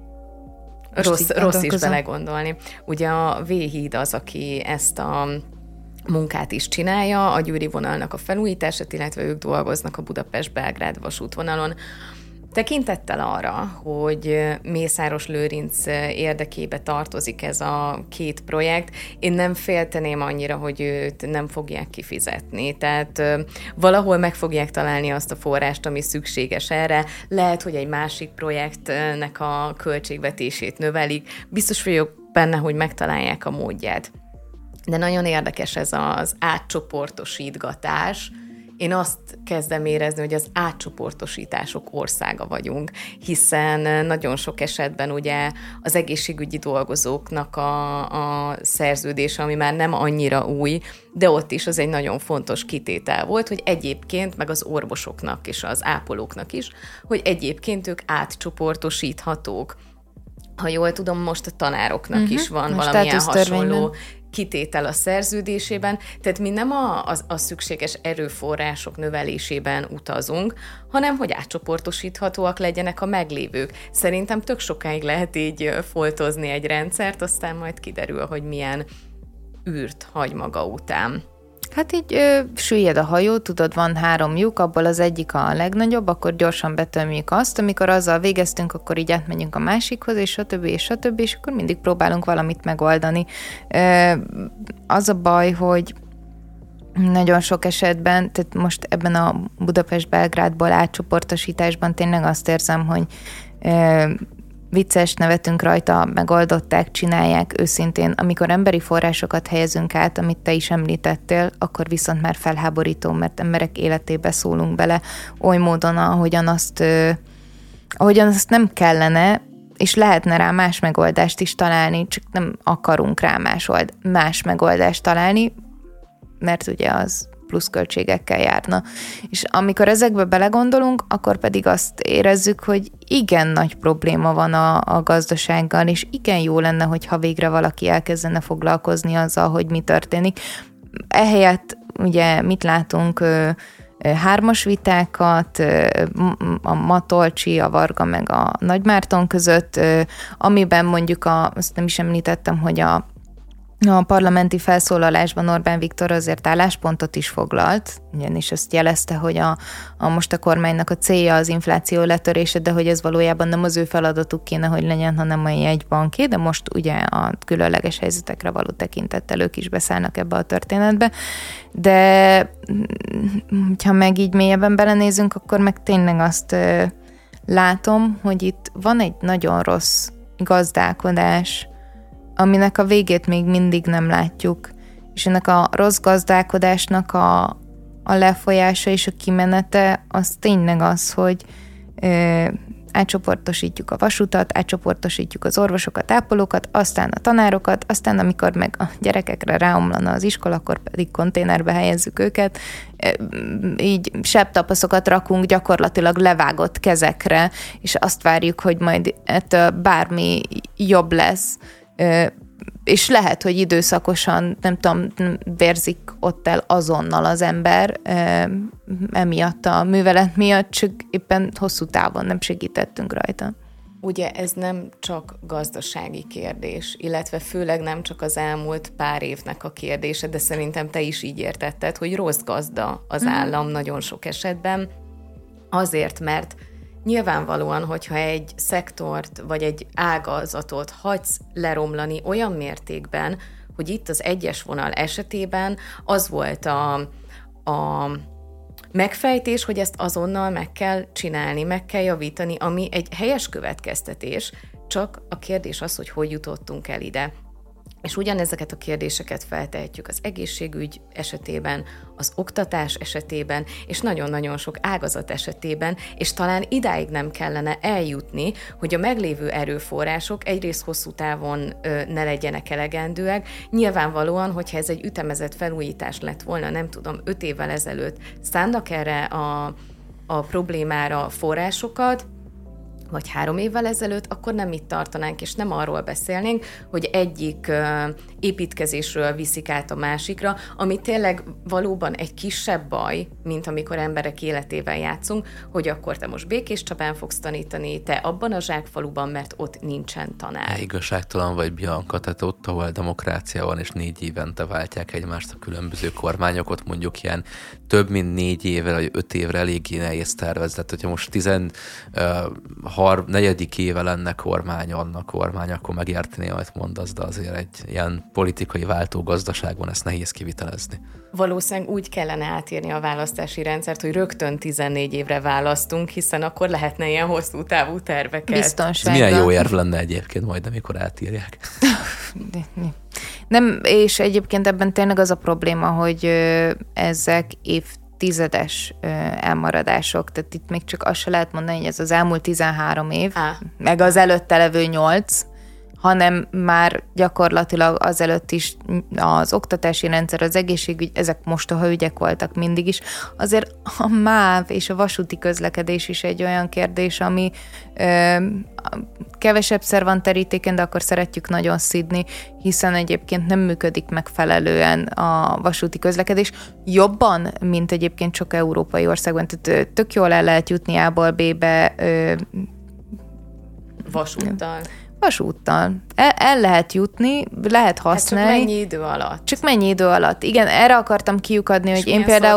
Rossz is belegondolni. Ugye a V-híd az, aki ezt a munkát is csinálja, a győri vonalnak a felújítását, illetve ők dolgoznak a Budapest-Belgrád vasútvonalon. Tekintettel arra, hogy Mészáros Lőrinc érdekébe tartozik ez a 2 projekt, én nem félteném annyira, hogy őt nem fogják kifizetni. Tehát valahol meg fogják találni azt a forrást, ami szükséges erre. Lehet, hogy egy másik projektnek a költségvetését növelik. Biztos vagyok benne, hogy megtalálják a módját. De nagyon érdekes ez az átcsoportosítgatás. Én azt kezdem érezni, hogy az átcsoportosítások országa vagyunk, hiszen nagyon sok esetben ugye az egészségügyi dolgozóknak a szerződése, ami már nem annyira új, de ott is az egy nagyon fontos kitétel volt, hogy egyébként, meg az orvosoknak és az ápolóknak is, hogy egyébként ők átcsoportosíthatók. ha jól tudom, most a tanároknak is van valamilyen hasonló kitétel a szerződésében, tehát mi nem a szükséges erőforrások növelésében utazunk, hanem hogy átcsoportosíthatóak legyenek a meglévők. Szerintem tök sokáig lehet így foltozni egy rendszert, aztán majd kiderül, hogy milyen űrt hagy maga után. Hát így süllyed a hajó, tudod, van 3 lyuk, abból az egyik a legnagyobb, akkor gyorsan betömjük azt, amikor azzal végeztünk, akkor így átmegyünk a másikhoz, és stb. És akkor mindig próbálunk valamit megoldani. Az a baj, hogy nagyon sok esetben, tehát most ebben a Budapest-Belgrádból átcsoportosításban tényleg azt érzem, hogy vicces, nevetünk rajta, megoldották, csinálják őszintén. Amikor emberi forrásokat helyezünk át, amit te is említettél, akkor viszont már felháborító, mert emberek életébe szólunk bele oly módon, ahogyan azt nem kellene, és lehetne rá más megoldást is találni, csak nem akarunk rá más megoldást találni, mert ugye az pluszköltségekkel járna. És amikor ezekbe belegondolunk, akkor pedig azt érezzük, hogy igen nagy probléma van a gazdasággal, és igen jó lenne, hogyha végre valaki elkezdene foglalkozni azzal, hogy mi történik. Ehelyett ugye mit látunk, 3-as vitákat, a Matolcsi, a Varga meg a Nagymárton között, amiben mondjuk azt nem is említettem, hogy a parlamenti felszólalásban Orbán Viktor azért álláspontot is foglalt, ugyanis azt jelezte, hogy most a kormánynak a célja az infláció letörése, de hogy ez valójában nem az ő feladatuk kéne, hogy legyen, hanem a jegybanké, de most ugye a különleges helyzetekre való tekintettel ők is beszállnak ebbe a történetbe. De ha meg így mélyebben belenézünk, akkor meg tényleg azt látom, hogy itt van egy nagyon rossz gazdálkodás, aminek a végét még mindig nem látjuk. És ennek a rossz gazdálkodásnak a lefolyása és a kimenete az tényleg az, hogy átcsoportosítjuk a vasutat, átcsoportosítjuk az orvosokat, ápolókat, aztán a tanárokat, aztán amikor meg a gyerekekre ráomlana az iskola, akkor pedig konténerbe helyezzük őket. Így sebtapaszokat rakunk gyakorlatilag levágott kezekre, és azt várjuk, hogy majd ettől bármi jobb lesz. És lehet, hogy időszakosan, nem tudom, vérzik ott el azonnal az ember emiatt a művelet miatt, csak éppen hosszú távon nem segítettünk rajta. Ugye ez nem csak gazdasági kérdés, illetve főleg nem csak az elmúlt pár évnek a kérdése, de szerintem te is így értetted, hogy rossz gazda az állam nagyon sok esetben, azért, mert nyilvánvalóan, hogyha egy szektort vagy egy ágazatot hagysz leromlani olyan mértékben, hogy itt az egyes vonal esetében az volt a megfejtés, hogy ezt azonnal meg kell csinálni, meg kell javítani, ami egy helyes következtetés, csak a kérdés az, hogy jutottunk el ide. És ugyanezeket a kérdéseket feltehetjük az egészségügy esetében, az oktatás esetében, és nagyon-nagyon sok ágazat esetében, és talán idáig nem kellene eljutni, hogy a meglévő erőforrások egyrészt hosszú távon ne legyenek elegendőek. Nyilvánvalóan, hogyha ez egy ütemezett felújítás lett volna, nem tudom, 5 évvel ezelőtt szánnak erre a problémára forrásokat, vagy 3 évvel ezelőtt, akkor nem itt tartanánk, és nem arról beszélnénk, hogy egyik építkezésről viszik át a másikra, ami tényleg valóban egy kisebb baj, mint amikor emberek életével játszunk, hogy akkor te most Békés Csabán fogsz tanítani, te abban a zsákfaluban, mert ott nincsen tanár. Igazságtalan vagy, Bianca, tehát ott, ahol demokrácia van, és 4 évente váltják egymást a különböző kormányok, ott mondjuk ilyen több mint 4 évre, vagy 5 évre eléggé nehéz tervezni. Tehát, hogyha most 14. éve lenne kormány, annak kormány, akkor megérteni, amit mondasz, de azért egy ilyen politikai váltó gazdaságban ezt nehéz kivitelezni. Valószínűleg úgy kellene átírni a választási rendszert, hogy rögtön 14 évre választunk, hiszen akkor lehetne ilyen hosszú távú terveket. Biztonságban. Milyen jó érv lenne egyébként majd, amikor átírják. Nem, és egyébként ebben tényleg az a probléma, hogy ezek évtizedes elmaradások, tehát itt még csak azt se lehet mondani, hogy ez az elmúlt 13 év, meg az előtte levő 8, hanem már gyakorlatilag azelőtt is az oktatási rendszer, az egészségügy, ezek mostoha ügyek voltak mindig is. Azért a MÁV és a vasúti közlekedés is egy olyan kérdés, ami kevesebbszer van terítéken, de akkor szeretjük nagyon szidni, hiszen egyébként nem működik megfelelően a vasúti közlekedés. Jobban, mint egyébként sok európai országban. Tehát tök jól el lehet jutni A-ból B-be. Vasúttal. El lehet jutni, lehet használni. Hát csak mennyi idő alatt? Csak mennyi idő alatt. Igen, erre akartam kiukadni, hogy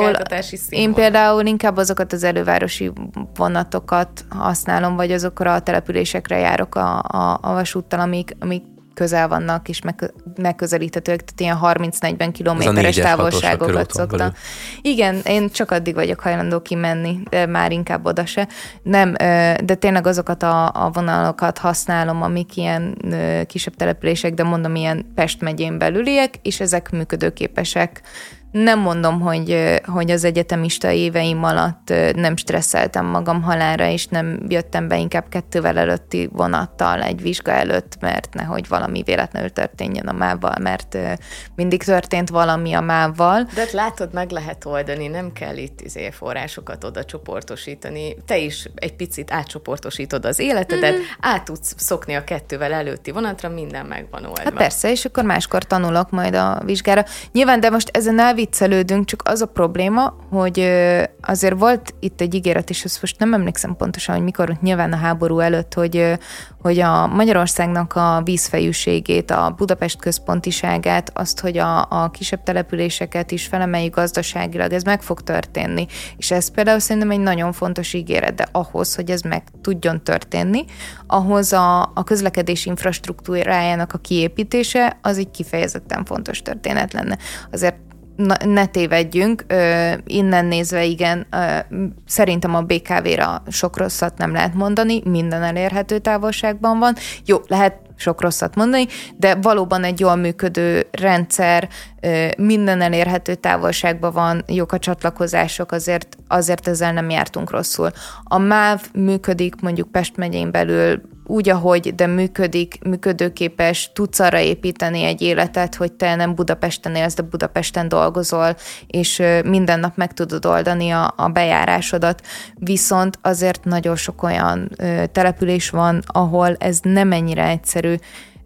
én például inkább azokat az elővárosi vonatokat használom, vagy azokra a településekre járok a vasúttal, amik közel vannak, és megközelíthetőek, tehát ilyen 30-40 kilométeres távolságokat szoktam. Igen, én csak addig vagyok hajlandó kimenni, de már inkább oda se. Nem, de tényleg azokat a vonalokat használom, amik ilyen kisebb települések, de mondom, ilyen Pest megyén belüliek, és ezek működőképesek. Nem mondom, hogy az egyetemista éveim alatt nem stresszeltem magam halálra, és nem jöttem be inkább 2-vel előtti vonattal egy vizsga előtt, mert nehogy valami véletlenül történjen a MÁV-val, mert mindig történt valami a MÁV-val. De látod, meg lehet oldani, nem kell itt forrásokat oda csoportosítani. Te is egy picit átcsoportosítod az életedet, át tudsz szokni a 2-vel előtti vonatra, minden meg van oldva. Hát persze, és akkor máskor tanulok majd a vizsgára. Nyilván, de most ezen elviccelődünk, csak az a probléma, hogy azért volt itt egy ígéret, és ezt most nem emlékszem pontosan, hogy mikor, nyilván a háború előtt, hogy a Magyarországnak a vízfejűségét, a Budapest központiságát, azt, hogy a kisebb településeket is felemeljük gazdaságilag, ez meg fog történni. És ez például szerintem egy nagyon fontos ígéret, de ahhoz, hogy ez meg tudjon történni, ahhoz a közlekedés infrastruktúrájának a kiépítése, az egy kifejezetten fontos történet lenne. Azért ne tévedjünk, innen nézve igen, szerintem a BKV-ra sok rosszat nem lehet mondani, minden elérhető távolságban van. Jó, lehet sok rosszat mondani, de valóban egy jól működő rendszer, minden elérhető távolságban van, jók a csatlakozások, azért ezzel nem jártunk rosszul. A MÁV működik mondjuk Pest megyén belül úgy, ahogy, de működőképes, tudsz arra építeni egy életet, hogy te nem Budapesten élsz, de Budapesten dolgozol, és minden nap meg tudod oldani a bejárásodat. Viszont azért nagyon sok olyan település van, ahol ez nem ennyire egyszerű,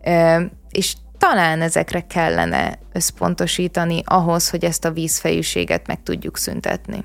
és talán ezekre kellene összpontosítani ahhoz, hogy ezt a vízfejűséget meg tudjuk szüntetni.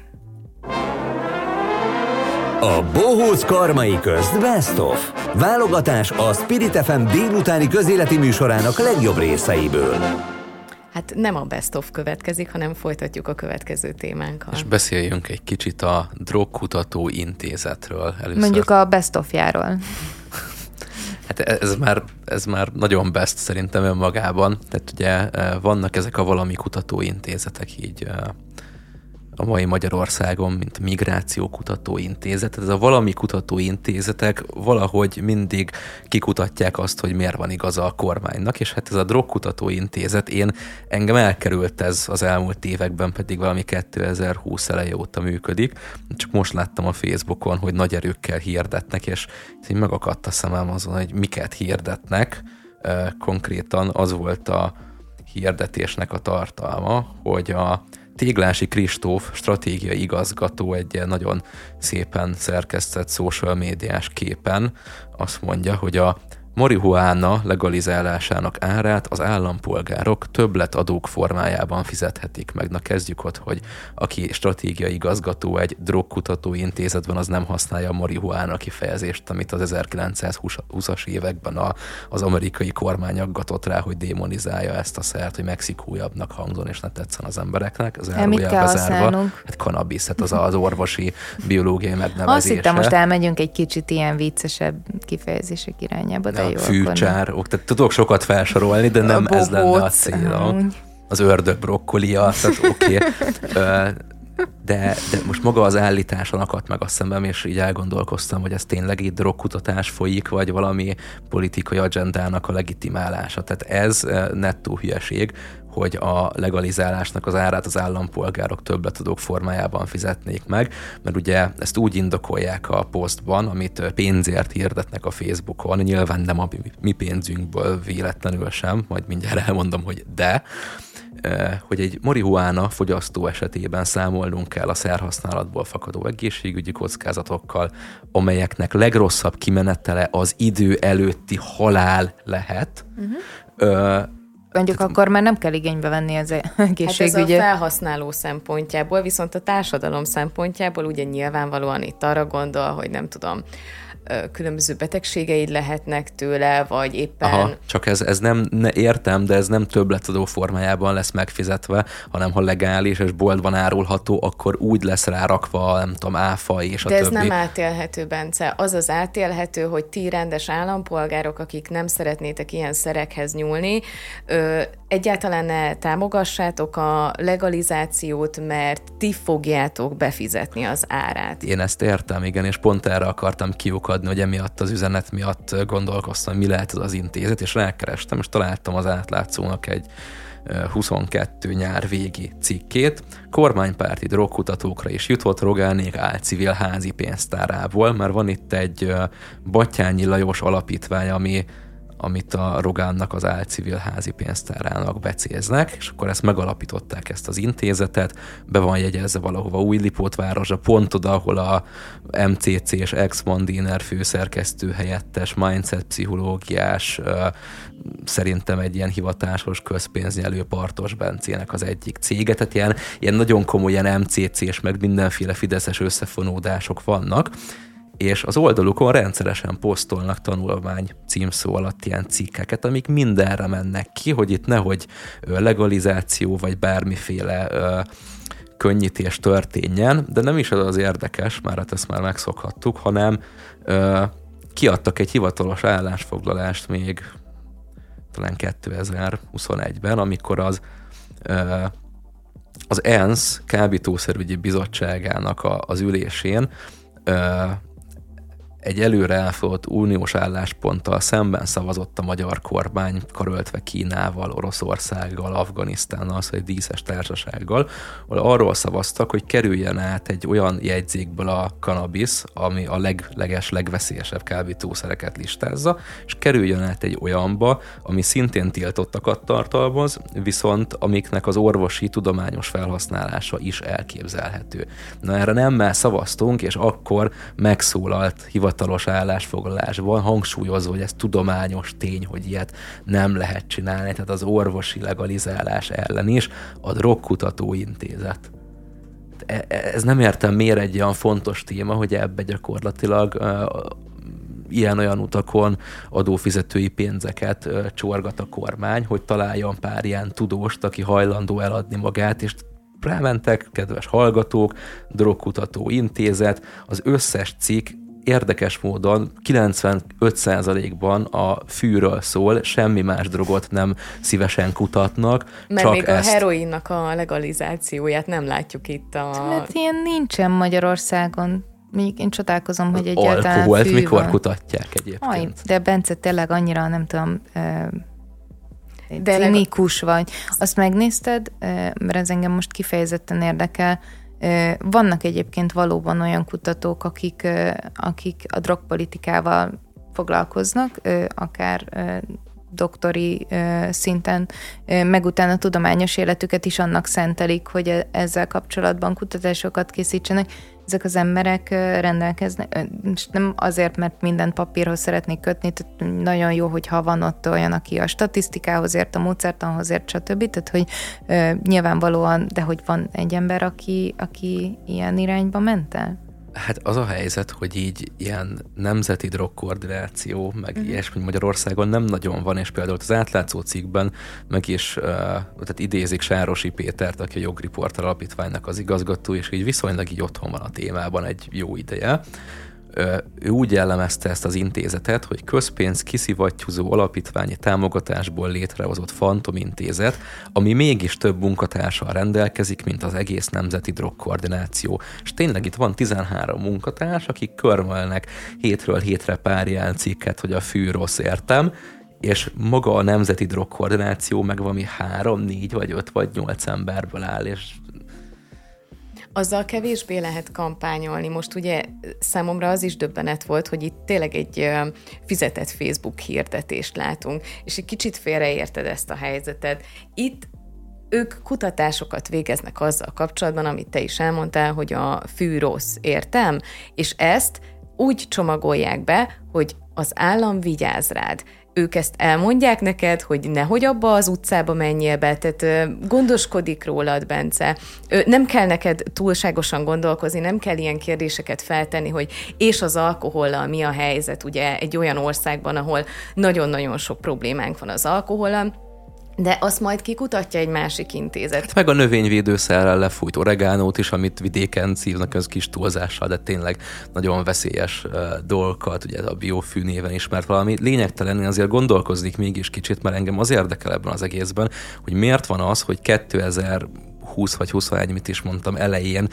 A Bohóc Karmai Közt Best of. Válogatás a Spirit FM délutáni közéleti műsorának legjobb részeiből. Hát nem a Best of következik, hanem folytatjuk a következő témánkkal. És beszéljünk egy kicsit a Drogkutató Intézetről először. Mondjuk a Best of-járól. Hát ez már nagyon best szerintem önmagában. Tehát ugye vannak ezek a valami kutatóintézetek így a mai Magyarországon, mint Migráció Kutatóintézet. Ez a valami kutatóintézetek valahogy mindig kikutatják azt, hogy miért van igaza a kormánynak, és hát ez a Drogkutatóintézet, engem elkerült ez az elmúlt években, pedig valami 2020 eleje óta működik. Csak most láttam a Facebookon, hogy nagy erőkkel hirdetnek, és így megakadt a szemem azon, hogy miket hirdetnek. Konkrétan az volt a hirdetésnek a tartalma, hogy a Téglási Kristóf stratégiai igazgató egy nagyon szépen szerkesztett social médiás képen azt mondja, hogy a marihuána legalizálásának árát az állampolgárok többletadók formájában fizethetik meg. Na kezdjük ott, hogy aki stratégiai igazgató egy drogkutató intézetben, az nem használja a marihuána kifejezést, amit az 1920-as években az amerikai kormány aggatott rá, hogy démonizálja ezt a szert, hogy mexikójabbnak hangzon, és ne tetszen az embereknek. Az árujába zárva. Hát kannabisz, hát az orvosi biológiai megnevezése. Azt hittem, most elmegyünk egy kicsit ilyen viccesebb kifejezések irányába. Fűcsár, tehát tudok sokat felsorolni, de nem ez lenne a célom. Az ördög brokkolia, tehát oké. De most maga az állításon akadt meg a szemem, és így elgondolkoztam, hogy ez tényleg itt drogkutatás folyik, vagy valami politikai agendának a legitimálása. Tehát ez nettó hülyeség, hogy a legalizálásnak az árát az állampolgárok többletadók formájában fizetnék meg, mert ugye ezt úgy indokolják a posztban, amit pénzért hirdetnek a Facebookon, nyilván nem a mi pénzünkből véletlenül sem, majd mindjárt elmondom, hogy hogy egy marihuána fogyasztó esetében számolnunk kell a szerhasználatból fakadó egészségügyi kockázatokkal, amelyeknek legrosszabb kimenetele az idő előtti halál lehet. Mondjuk akkor már nem kell igénybe venni az egészségügyet. Hát ez a felhasználó szempontjából, viszont a társadalom szempontjából ugye nyilvánvalóan itt arra gondol, hogy nem tudom, különböző betegségeid lehetnek tőle, vagy éppen... Aha, csak ez nem, értem, de ez nem többletadó formájában lesz megfizetve, hanem ha legális és boltban árulható, akkor úgy lesz rárakva, nem tudom, áfa és a többi. De ez nem átélhető, Bence. Az az átélhető, hogy ti rendes állampolgárok, akik nem szeretnétek ilyen szerekhez nyúlni, egyáltalán ne támogassátok a legalizációt, mert ti fogjátok befizetni az árát. Én ezt értem, igen, és pont erre akartam kiukadni, hogy emiatt az üzenet miatt gondolkoztam, mi lehet az intézet, és rákerestem, és találtam az Átlátszónak egy 22 nyár végi cikkét. Kormánypárti drogkutatókra is jutott Rogánék álcivil házi pénztárából, mert van itt egy Batthyány Lajos alapítvány, amit a Rogánnak az álcivil házi pénztárának becéznek, és akkor ezt megalapították, ezt az intézetet, be van jegyezve valahova Újlipótvárosra, pont oda, ahol a MCC és ex-Mandiner főszerkesztő helyettes, mindset pszichológiás, szerintem egy ilyen hivatásos közpénznyelő Partos Bencének az egyik cége, tehát ilyen nagyon komoly ilyen MCC-s, meg mindenféle fideszes összefonódások vannak, és az oldalukon rendszeresen posztolnak tanulmány címszó alatt ilyen cikkeket, amik mindenre mennek ki, hogy itt nehogy legalizáció, vagy bármiféle könnyítés történjen, de nem is az érdekes, már hát ezt már megszokhattuk, hanem kiadtak egy hivatalos állásfoglalást még talán 2021-ben, amikor az ENSZ kábítószerügyi bizottságának az ülésén egy előre elfogadott uniós állásponttal szemben szavazott a magyar kormány, karöltve Kínával, Oroszországgal, Afganisztánnal, szóval egy díszes társasággal, ahol arról szavaztak, hogy kerüljen át egy olyan jegyzékből a kannabisz, ami a legveszélyesebb kábítószereket listázza, és kerüljön át egy olyanba, ami szintén tiltottakat tartalmaz, viszont amiknek az orvosi, tudományos felhasználása is elképzelhető. Na erre nemmel szavaztunk, és akkor megszólalt hivatalos állásfoglalásban, hangsúlyozva, hogy ez tudományos tény, hogy ilyet nem lehet csinálni, tehát az orvosi legalizálás ellen is a Drogkutató Intézet. Ez nem értem, miért egy olyan fontos téma, hogy ebbe gyakorlatilag ilyen-olyan utakon adófizetői pénzeket csorgat a kormány, hogy találjon pár ilyen tudóst, aki hajlandó eladni magát, és rámentek, kedves hallgatók, Drogkutató Intézet, az összes cikk érdekes módon 95%-ban a fűről szól, semmi más drogot nem szívesen kutatnak. Mert csak még a heroinnak a legalizációját nem látjuk itt Mert ilyen nincsen Magyarországon. Mondjuk én csodálkozom, hogy egyáltalán alkoholt fű mikor van. Kutatják egyébként? Aj, de Bence tényleg annyira, nem tudom, cinikus vagy. Azt megnézted, mert ez engem most kifejezetten érdekel. Vannak egyébként valóban olyan kutatók, akik a drogpolitikával foglalkoznak, akár doktori szinten, meg utána tudományos életüket is annak szentelik, hogy ezzel kapcsolatban kutatásokat készítsenek. Ezek az emberek rendelkeznek, és nem azért, mert mindent papírhoz szeretnék kötni, tehát nagyon jó, hogyha van ott olyan, aki a statisztikához ért, a módszertanhoz ért, stb. Tehát, hogy nyilvánvalóan, de hogy van egy ember, aki ilyen irányba ment el? Hát az a helyzet, hogy így ilyen nemzeti drogkoordináció, meg ilyesmi Magyarországon nem nagyon van, és például az Átlátszó cikkben meg is tehát idézik Sárosi Pétert, aki a Jogriporter Alapítványnak az igazgató, és így viszonylag így otthon van a témában egy jó ideje. ő úgy jellemezte ezt az intézetet, hogy közpénz kiszivattyúzó alapítványi támogatásból létrehozott fantomintézet, ami mégis több munkatársal rendelkezik, mint az egész Nemzeti Drogkoordináció. És tényleg itt van 13 munkatárs, akik körmölnek hétről hétre pár ilyen cikket, hogy a fű rossz, értem, és maga a Nemzeti Drogkoordináció meg valami 3, 4 vagy 5 vagy 8 emberből áll, és azzal kevésbé lehet kampányolni. Most ugye számomra az is döbbenet volt, hogy itt tényleg egy fizetett Facebook hirdetést látunk, és egy kicsit félreérted ezt a helyzetet. Itt ők kutatásokat végeznek azzal kapcsolatban, amit te is elmondtál, hogy a fű rossz, értem? És ezt úgy csomagolják be, hogy az állam vigyáz rád. Ők ezt elmondják neked, hogy nehogy abba az utcába menjél be, tehát gondoskodik rólad, Bence. Nem kell neked túlságosan gondolkozni, nem kell ilyen kérdéseket feltenni, hogy és az alkohollal mi a helyzet, ugye egy olyan országban, ahol nagyon-nagyon sok problémánk van az alkohollal, de azt majd kikutatja egy másik intézet. Meg a növényvédőszerrel lefújt oregánót is, amit vidéken szívnak az kis túlzással, de tényleg nagyon veszélyes dolgokat, ugye a biofű néven ismert valami. Lényegtelenül azért gondolkoznék mégis kicsit, mert engem az érdekel ebben az egészben, hogy miért van az, hogy 2020 vagy 21, mit is mondtam, elején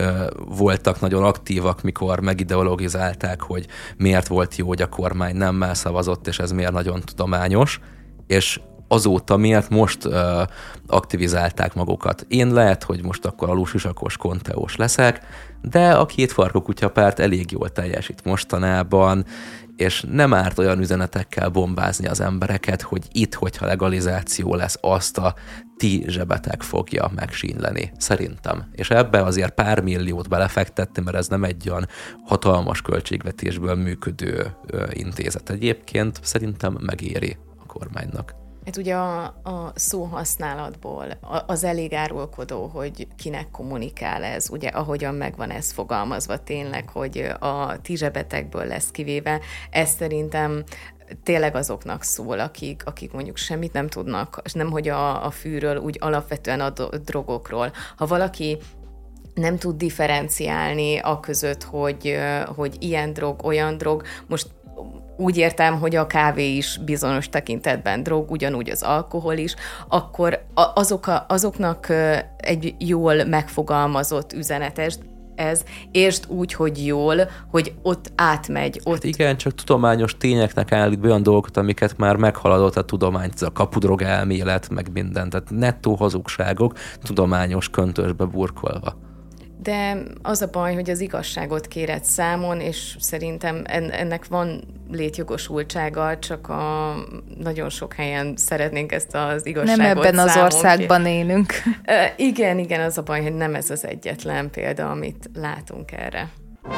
voltak nagyon aktívak, mikor megideologizálták, hogy miért volt jó, hogy a kormány nemmel szavazott, és ez miért nagyon tudományos, és azóta miért most aktivizálták magukat. Én lehet, hogy most akkor alusisakos konteós leszek, de a kétfarkú kutyapárt elég jól teljesít mostanában, és nem árt olyan üzenetekkel bombázni az embereket, hogy itt, hogyha legalizáció lesz, azt a ti zsebetek fogja megsínyleni, szerintem. És ebbe azért pár milliót belefektetni, mert ez nem egy olyan hatalmas költségvetésből működő intézet. Egyébként szerintem megéri a kormánynak. Hát ugye a szóhasználatból az elég árulkodó, hogy kinek kommunikál ez, ugye ahogyan megvan ez fogalmazva tényleg, hogy a ti zsebetekből lesz kivéve, ez szerintem tényleg azoknak szól, akik mondjuk semmit nem tudnak, és nem hogy a fűről, úgy alapvetően a drogokról. Ha valaki nem tud differenciálni aközött, hogy ilyen drog, olyan drog, most úgy értem, hogy a kávé is bizonyos tekintetben drog, ugyanúgy az alkohol is, akkor azoknak egy jól megfogalmazott üzenetes ez, értsd úgy, hogy jól, hogy ott átmegy. Ott... Hát igen, csak tudományos tényeknek állít olyan dolgokat, amiket már meghaladott a tudomány, ez a kapudrog elmélet, meg minden, tehát nettó hazugságok tudományos köntösbe burkolva. De az a baj, hogy az igazságot kéred számon, és szerintem ennek van létjogosultsága, csak nagyon sok helyen szeretnénk ezt az igazságot nem ebben az országban élünk. Igen, az a baj, hogy nem ez az egyetlen példa, amit látunk erre.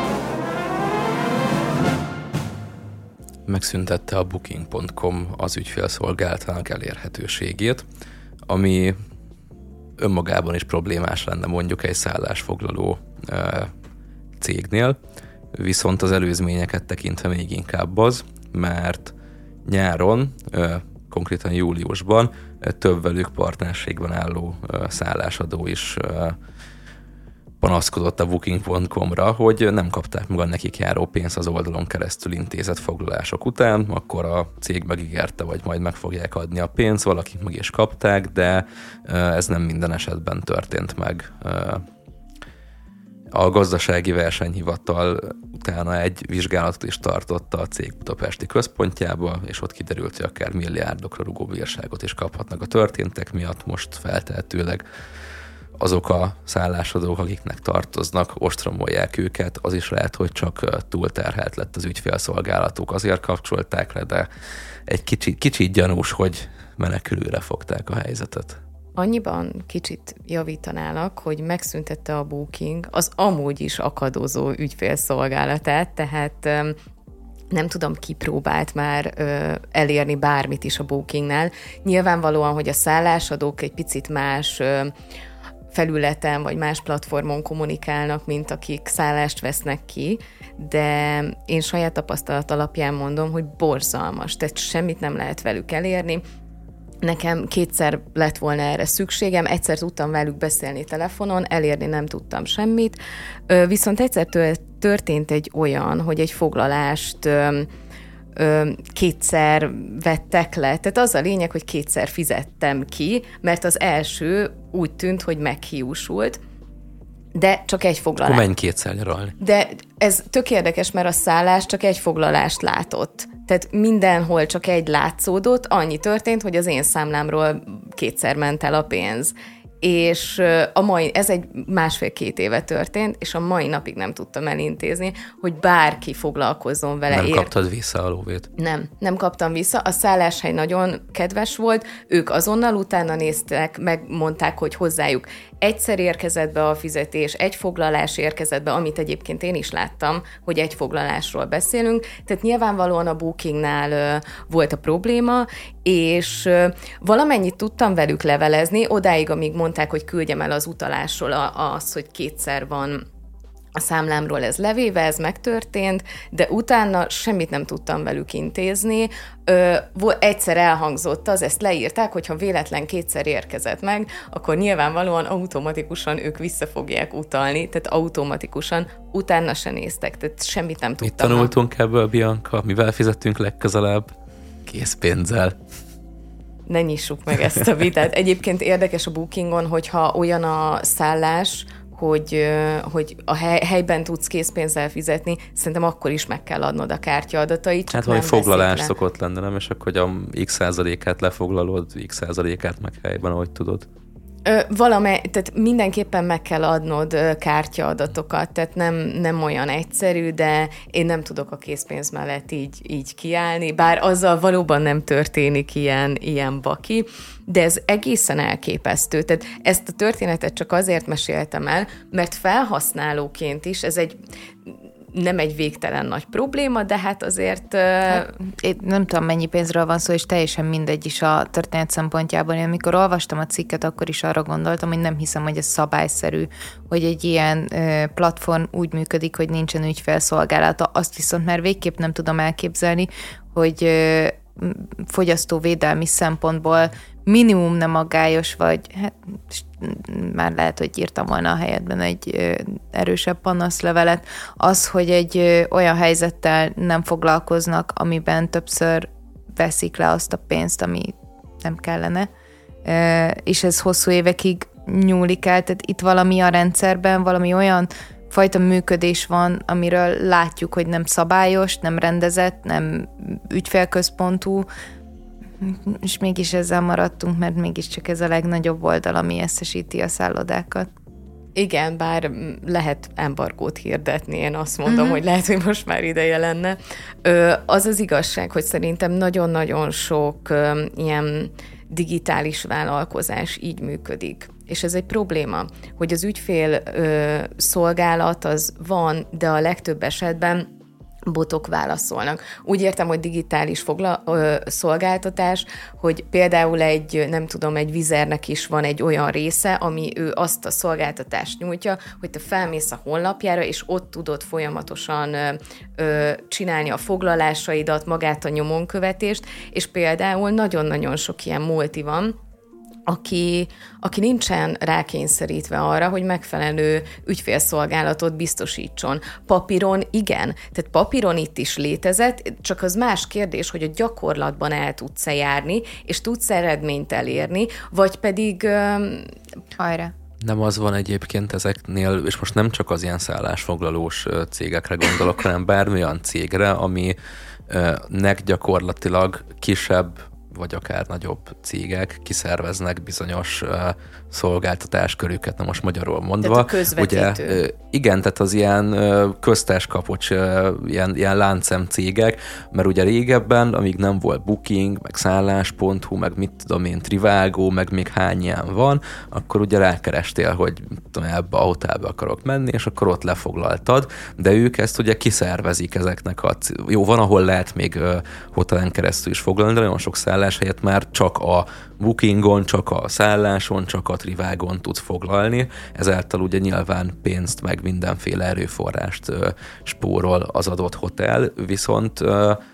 Megszüntette a Booking.com az ügyfélszolgálatának elérhetőségét, ami önmagában is problémás lenne mondjuk egy szállásfoglaló cégnél, viszont az előzményeket tekintve még inkább az, mert nyáron, konkrétan júliusban több velük partnerségben álló szállásadó is panaszkodott a Booking.com-ra, hogy nem kapták meg a nekik járó pénzt az oldalon keresztül intézett foglalások után, akkor a cég megígérte, hogy majd meg fogják adni a pénzt, valakik meg is kapták, de ez nem minden esetben történt meg. A gazdasági versenyhivatal utána egy vizsgálatot is tartotta a cég budapesti központjába, és ott kiderült, hogy akár milliárdokra rugó bírságot is kaphatnak a történtek miatt. Most feltehetőleg azok a szállásadók, akiknek tartoznak, ostromolják őket, az is lehet, hogy csak túlterhelt lett az ügyfélszolgálatuk, azért kapcsolták le, de egy kicsit gyanús, hogy menekülőre fogták a helyzetet. Annyiban kicsit javítanálak, hogy megszüntette a Booking az amúgy is akadozó ügyfélszolgálatát, tehát nem tudom, ki próbált már elérni bármit is a Bookingnál. Nyilvánvalóan, hogy a szállásadók egy picit más felületen vagy más platformon kommunikálnak, mint akik szállást vesznek ki, de én saját tapasztalat alapján mondom, hogy borzalmas, tehát semmit nem lehet velük elérni. Nekem 2-szer lett volna erre szükségem, egyszer tudtam velük beszélni telefonon, elérni nem tudtam semmit, viszont egyszer történt egy olyan, hogy egy foglalást 2-szer vettek le. Tehát az a lényeg, hogy 2-szer fizettem ki, mert az első úgy tűnt, hogy meghiúsult, de csak egy foglalás. Akkor menj 2-szer nyaralni. De ez tök érdekes, mert a szállás csak egy foglalást látott. Tehát mindenhol csak egy látszódott, annyi történt, hogy az én számlámról 2-szer ment el a pénz. És ez egy 1,5-2 éve történt, és a mai napig nem tudtam elintézni, hogy bárki foglalkozzon vele. Nem kaptad vissza a lóvét? Nem kaptam vissza. A szálláshely nagyon kedves volt, ők azonnal utána néztek, megmondták, hogy hozzájuk egyszer érkezett be a fizetés, egy foglalás érkezett be, amit egyébként én is láttam, hogy egy foglalásról beszélünk, tehát nyilvánvalóan a bookingnál volt a probléma, és valamennyit tudtam velük levelezni, odáig, amíg mondták, hogy küldjem el az utalásról az, hogy 2-szer van a számlámról ez levéve, ez megtörtént, de utána semmit nem tudtam velük intézni. Egyszer elhangzott ezt leírták, hogyha véletlen 2-szer érkezett meg, akkor nyilvánvalóan automatikusan ők vissza fogják utalni, tehát automatikusan utána se néztek, tehát semmit nem tudtam. Mit tanultunk ebből, Bianca? Mivel fizettünk legközelebb? Készpénzzel. Ne nyissuk meg ezt a vitát. Egyébként érdekes a bookingon, hogyha olyan a szállás, hogy a helyben tudsz készpénzzel fizetni, szerintem akkor is meg kell adnod a kártyaadatait. Hát valami foglalás szokott lenni, nem? És akkor, hogy a x% lefoglalod, x% meg helyben, ahogy tudod. Tehát mindenképpen meg kell adnod kártyaadatokat, tehát nem olyan egyszerű, de én nem tudok a készpénz mellett így kiállni, bár azzal valóban nem történik ilyen baki, de ez egészen elképesztő. Tehát ezt a történetet csak azért meséltem el, mert felhasználóként is ez nem egy végtelen nagy probléma, de hát azért... Én nem tudom, mennyi pénzről van szó, és teljesen mindegy is a történet szempontjából. Én amikor olvastam a cikket, akkor is arra gondoltam, hogy nem hiszem, hogy ez szabályszerű, hogy egy ilyen platform úgy működik, hogy nincsen ügyfélszolgálata. Azt viszont már végképp nem tudom elképzelni, hogy fogyasztóvédelmi szempontból minimum nem aggályos, vagy hát már lehet, hogy írtam volna a helyedben egy erősebb panaszlevelet, az, hogy egy olyan helyzettel nem foglalkoznak, amiben többször veszik le azt a pénzt, ami nem kellene, és ez hosszú évekig nyúlik el, tehát itt valami a rendszerben, valami olyan fajta működés van, amiről látjuk, hogy nem szabályos, nem rendezett, nem ügyfélközpontú, és mégis ezzel maradtunk, mert mégiscsak ez a legnagyobb oldal, ami összesíti a szállodákat. Igen, bár lehet embargót hirdetni, én azt mondom, hogy lehet, hogy most már ideje lenne. Az az igazság, hogy szerintem nagyon-nagyon sok ilyen digitális vállalkozás így működik. És ez egy probléma, hogy az ügyfél szolgálat az van, de a legtöbb esetben botok válaszolnak. Úgy értem, hogy digitális szolgáltatás, hogy például egy Vizernek is van egy olyan része, ami ő azt a szolgáltatást nyújtja, hogy te felmész a honlapjára, és ott tudod folyamatosan csinálni a foglalásaidat, magát a nyomonkövetést, és például nagyon-nagyon sok ilyen multi van, aki nincsen rákényszerítve arra, hogy megfelelő ügyfélszolgálatot biztosítson. Papíron igen, tehát papíron itt is létezett, csak az más kérdés, hogy a gyakorlatban el tudsz-e járni, és tudsz eredményt elérni, vagy pedig... Hajrá! Nem az van egyébként ezeknél, és most nem csak az ilyen szállásfoglalós cégekre gondolok, hanem bármilyen cégre, aminek gyakorlatilag kisebb vagy akár nagyobb cégek kiszerveznek bizonyos szolgáltatáskörüket, na most magyarul mondva. Tehát a közvetítő. Ugye, igen, tehát az ilyen köztes kapocs, ilyen láncem cégek, mert ugye régebben, amíg nem volt Booking, meg szállás.hu, meg mit tudom én, Trivago, meg még hány ilyen van, akkor ugye rákerestél, hogy ebbe a hotelbe akarok menni, és akkor ott lefoglaltad, de ők ezt ugye kiszervezik ezeknek jó, van, ahol lehet még hotelen keresztül is foglalni, de nagyon sok szállás helyett már csak a Bookingon, csak a szálláson, csak a Trivagon tudsz foglalni, ezáltal ugye nyilván pénzt meg mindenféle erőforrást spórol az adott hotel, viszont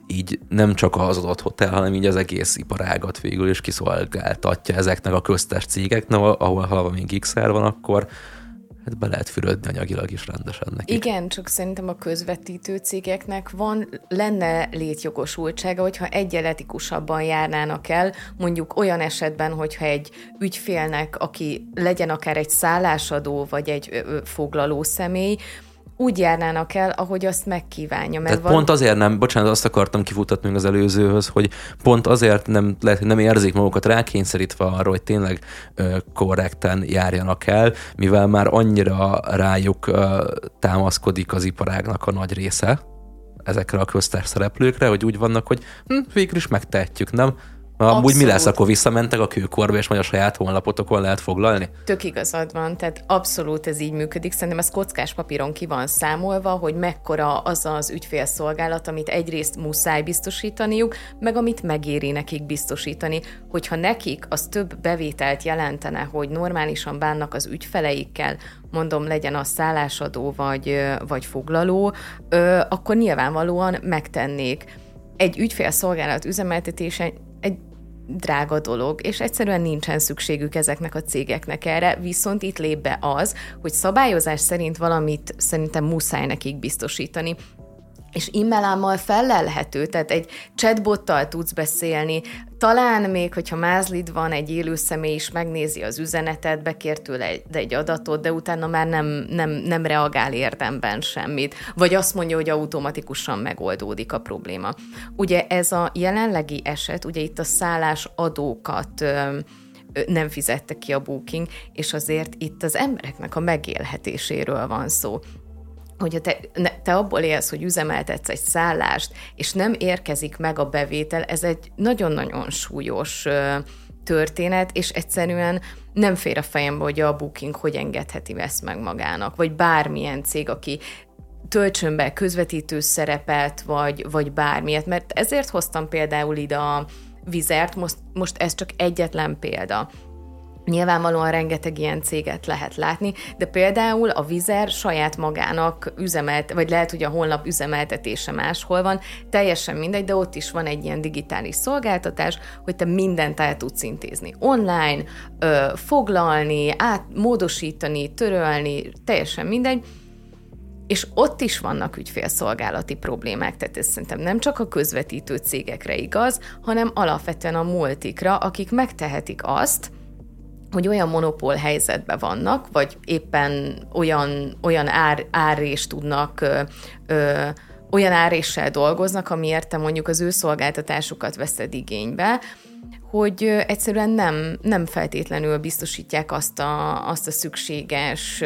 így nem csak az adott hotel, hanem így az egész iparágat végül is kiszolgáltatja ezeknek a köztes cégeknek, ahol ha még XR van, akkor hát be lehet fürödni anyagilag is rendesen nekik. Igen, csak szerintem a közvetítő cégeknek lenne létjogosultsága, hogyha egyel etikusabban járnának el, mondjuk olyan esetben, hogyha egy ügyfélnek, aki legyen akár egy szállásadó, vagy egy foglaló személy, úgy járnának el, ahogy azt megkívánja. Tehát pont azért nem, bocsánat, azt akartam kifutatni az előzőhöz, hogy pont azért nem érzik magukat rákényszerítve arra, hogy tényleg korrekten járjanak el, mivel már annyira rájuk támaszkodik az iparágnak a nagy része ezekre a köztes szereplőkre, hogy úgy vannak, hogy végül is megtehetjük, nem? Amúgy mi lesz, akkor visszamentek a kőkorba, és majd a saját honlapotokon lehet foglalni? Tök igazad van, tehát abszolút ez így működik. Szerintem ez kockás papíron ki van számolva, hogy mekkora az az ügyfélszolgálat, amit egyrészt muszáj biztosítaniuk, meg amit megéri nekik biztosítani. Hogyha nekik az több bevételt jelentene, hogy normálisan bánnak az ügyfeleikkel, mondom, legyen az szállásadó vagy foglaló, akkor nyilvánvalóan megtennék. Egy ügyfélszolgálat üzemeltetése egy drága dolog, és egyszerűen nincsen szükségük ezeknek a cégeknek erre, viszont itt lép be az, hogy szabályozás szerint valamit szerintem muszáj nekik biztosítani. És e-mailámmal fellelhető, tehát egy chatbottal tudsz beszélni, talán még, hogyha mázlid van, egy élő személy is megnézi az üzenetet, bekér tőle egy adatot, de utána már nem reagál érdemben semmit, vagy azt mondja, hogy automatikusan megoldódik a probléma. Ugye ez a jelenlegi eset, ugye itt a szállásadókat nem fizette ki a Booking, és azért itt az embereknek a megélhetéséről van szó. Hogyha te abból élsz, hogy üzemeltetsz egy szállást, és nem érkezik meg a bevétel, ez egy nagyon-nagyon súlyos történet, és egyszerűen nem fér a fejembe, hogy a Booking hogy engedheti ezt meg magának, vagy bármilyen cég, aki töltsön be közvetítő szerepet, vagy bármilyet, mert ezért hoztam például ide a Vizert, most ez csak egyetlen példa. Nyilvánvalóan rengeteg ilyen céget lehet látni, de például a Vizer saját magának vagy lehet, hogy a honlap üzemeltetése máshol van, teljesen mindegy, de ott is van egy ilyen digitális szolgáltatás, hogy te mindent el tudsz intézni. Online, foglalni, módosítani, törölni, teljesen mindegy, és ott is vannak ügyfélszolgálati problémák, tehát ez szerintem nem csak a közvetítő cégekre igaz, hanem alapvetően a multikra, akik megtehetik azt, hogy olyan monopól helyzetben vannak, vagy éppen olyan árrést tudnak, olyan árréssel dolgoznak, amiért te mondjuk az ő szolgáltatásukat veszed igénybe, hogy egyszerűen nem feltétlenül biztosítják azt a szükséges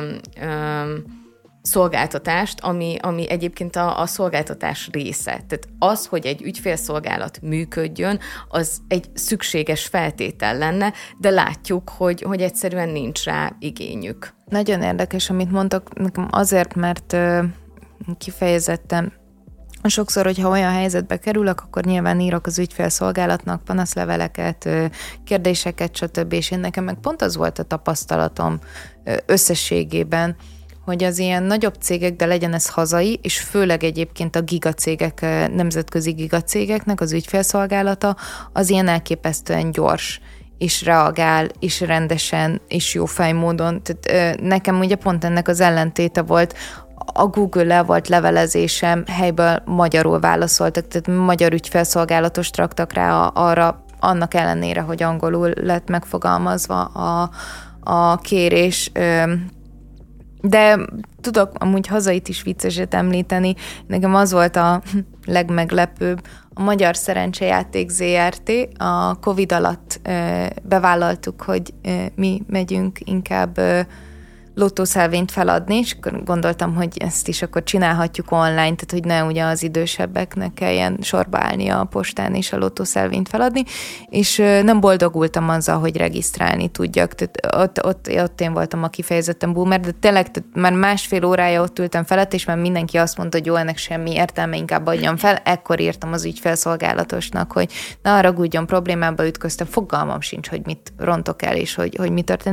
szolgáltatást, ami egyébként a szolgáltatás része. Tehát az, hogy egy ügyfélszolgálat működjön, az egy szükséges feltétel lenne, de látjuk, hogy egyszerűen nincs rá igényük. Nagyon érdekes, amit mondtak, nekem azért, mert kifejezetten sokszor, hogyha olyan helyzetbe kerülök, akkor nyilván írok az ügyfélszolgálatnak panaszleveleket, kérdéseket, stb. És én nekem meg pont az volt a tapasztalatom összességében, hogy az ilyen nagyobb cégek, de legyen ez hazai, és főleg egyébként a gigacégek, nemzetközi gigacégeknek az ügyfélszolgálata, az ilyen elképesztően gyors, és reagál, és rendesen, és jófej módon. Tehát nekem ugye pont ennek az ellentéte volt, a Google-lel volt levelezésem, helyből magyarul válaszoltak, tehát magyar ügyfélszolgálatos raktak rá arra, annak ellenére, hogy angolul lett megfogalmazva a kérés. De tudok amúgy hazait is vicceset említeni. Nekem az volt a legmeglepőbb. A Magyar Szerencsejáték ZRT a Covid alatt bevállaltuk, hogy mi megyünk inkább lottószelvényt feladni, és akkor gondoltam, hogy ezt is akkor csinálhatjuk online, tehát hogy ne ugye az idősebbeknek kelljen sorba állni a postán és a lottószelvényt feladni, és nem boldogultam azzal, hogy regisztrálni tudjak. Tehát ott én voltam a kifejezetten boomer, de tényleg már másfél órája ott ültem felett, és már mindenki azt mondta, hogy jó, ennek semmi értelme, inkább adjam fel. Ekkor írtam az ügyfélszolgálatosnak, hogy ne haragudjon, problémába ütköztem, fogalmam sincs, hogy mit rontok el, és hogy mi történik.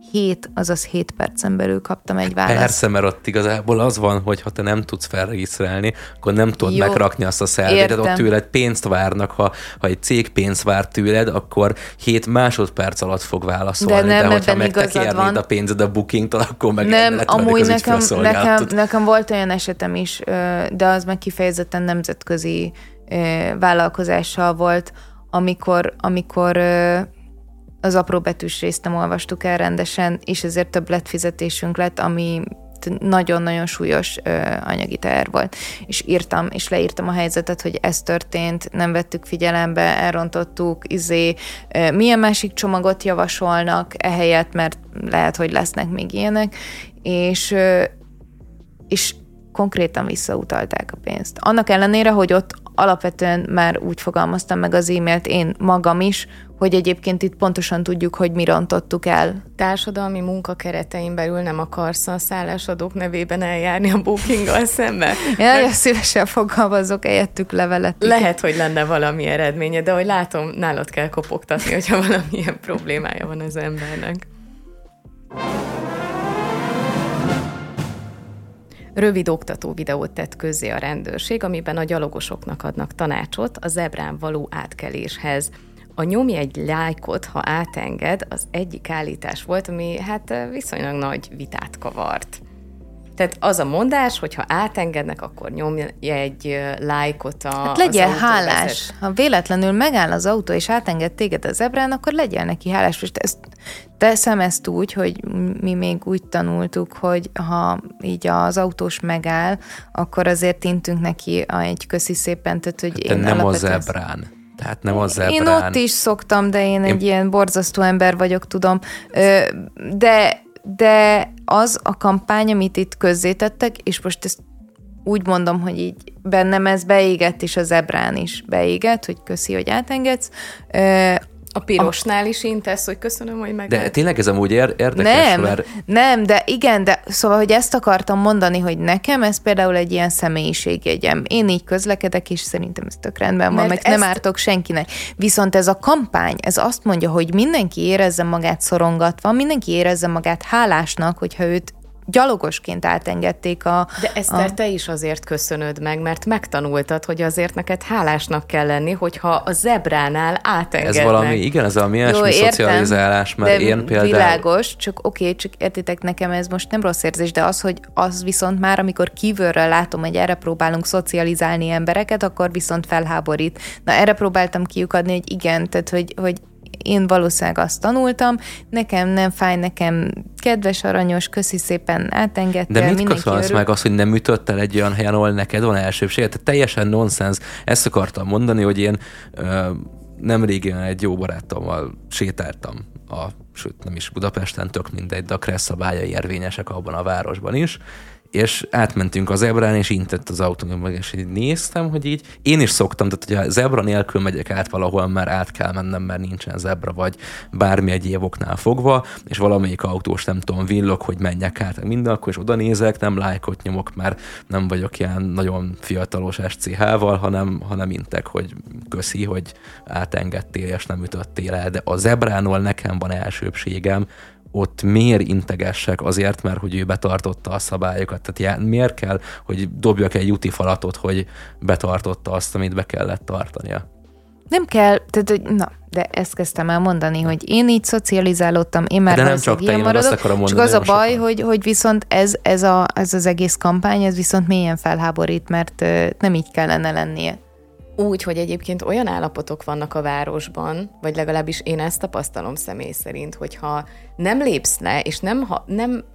azaz 7 percen belül kaptam egy választ. Persze, mert ott igazából az van, hogy ha te nem tudsz felregisztrálni, akkor nem tudod megrakni azt a szervezetet, ott tőled pénzt várnak, ha egy cég pénzt vár tőled, akkor 7 másodperc alatt fog válaszolni, de hogyha meg te kérnéd a pénzed a bookingtól, akkor meg nem, amúgy nekem volt olyan esetem is, de az meg kifejezetten nemzetközi vállalkozással volt, amikor az apróbetűs részt nem olvastuk el rendesen, és ezért többletfizetésünk lett, ami nagyon-nagyon súlyos anyagi teher volt. És leírtam a helyzetet, hogy ez történt, nem vettük figyelembe, elrontottuk, milyen másik csomagot javasolnak ehelyett, mert lehet, hogy lesznek még ilyenek, és konkrétan visszautalták a pénzt. Annak ellenére, hogy ott alapvetően már úgy fogalmaztam meg az e-mailt én magam is, hogy egyébként itt pontosan tudjuk, hogy mi rontottuk el. Társadalmi munka keretein belül nem akarsz a szállásadók nevében eljárni a Bookinggal szembe? Nagyon szívesen fogalmazok helyettük levelet. Lehet, hogy lenne valami eredménye, de ahogy látom, nálad kell kopogtatni, hogyha valamilyen problémája van az embernek. Rövid oktató videót tett közzé a rendőrség, amiben a gyalogosoknak adnak tanácsot a zebrán való átkeléshez. A nyomj egy lájkot, ha átenged, az egyik állítás volt, ami viszonylag nagy vitát kavart. Tehát az a mondás, hogy ha átengednek, akkor nyomj egy lájkot legyél hálás. Ha véletlenül megáll az autó, és átenged téged a zebrán, akkor legyél neki hálás. Most teszem ezt úgy, hogy mi még úgy tanultuk, hogy ha így az autós megáll, akkor azért intünk neki egy köszi szépen, tehát hogy én nem a zebrán. Tehát nem a zebrán. Én ott is szoktam, de én egy ilyen borzasztó ember vagyok, tudom. De az a kampány, amit itt közzétettek, és most ezt úgy mondom, hogy így bennem ez beégett, és a zebrán is beégett, hogy köszi, hogy átengedsz. A pirosnál is intesz, hogy köszönöm, hogy meg. De tényleg ez amúgy érdekes, Nem, de igen, de szóval, hogy ezt akartam mondani, hogy nekem ez például egy ilyen személyiségjegyem. Én így közlekedek, és szerintem ez tök rendben van, meg nem ártok senkinek. Viszont ez a kampány, ez azt mondja, hogy mindenki érezze magát szorongatva, mindenki érezze magát hálásnak, hogyha őt gyalogosként átengedték De Eszter, te is azért köszönöd meg, mert megtanultad, hogy azért neked hálásnak kell lenni, hogyha a zebránál átengednek. Ez valami ilyesmi szocializálás, mert én például... Világos, csak csak értitek, nekem ez most nem rossz érzés, de az viszont már, amikor kívülről látom, hogy erre próbálunk szocializálni embereket, akkor viszont felháborít. Na, erre próbáltam kiukadni, hogy igen, tehát, hogy én valószínűleg azt tanultam, nekem nem fáj, nekem kedves, aranyos, köszi szépen, átengedtél. De mit köszönsz meg azt, hogy nem ütöttel egy olyan helyen, ahol neked van elsőbséget? Tehát teljesen nonsens. Ezt akartam mondani, hogy én nem régen egy jó barátommal sétáltam, sőt nem is Budapesten, tök mindegy, de a kressz szabályai érvényesek abban a városban is, és átmentünk a zebrán, és intett az autómban, és így néztem, hogy így én is szoktam, tehát hogyha zebra nélkül megyek át valahol, már át kell mennem, mert nincsen zebra, vagy bármi egyéb oknál fogva, és valamelyik autós, nem tudom, villog, hogy menjek át, minden, akkor is oda nézek, nem lájkot nyomok, mert nem vagyok ilyen nagyon fiatalos SCH-val, hanem intek, hogy köszi, hogy átengedtél, és nem ütöttél el, de a zebránól nekem van elsőbségem, ott miért integessek azért, mert hogy ő betartotta a szabályokat. Tehát miért kell, hogy dobjak egy jutifalatot, hogy betartotta azt, amit be kellett tartania? Nem kell, de ezt kezdtem el mondani, hogy én így szocializálódtam, én már nem csak te, én azt akarom mondani. Csak az a baj, hogy viszont ez az egész kampány, ez viszont mélyen felháborít, mert nem így kellene lennie. Úgy, hogy egyébként olyan állapotok vannak a városban, vagy legalábbis én ezt tapasztalom személy szerint, hogyha nem lépsz le, és nem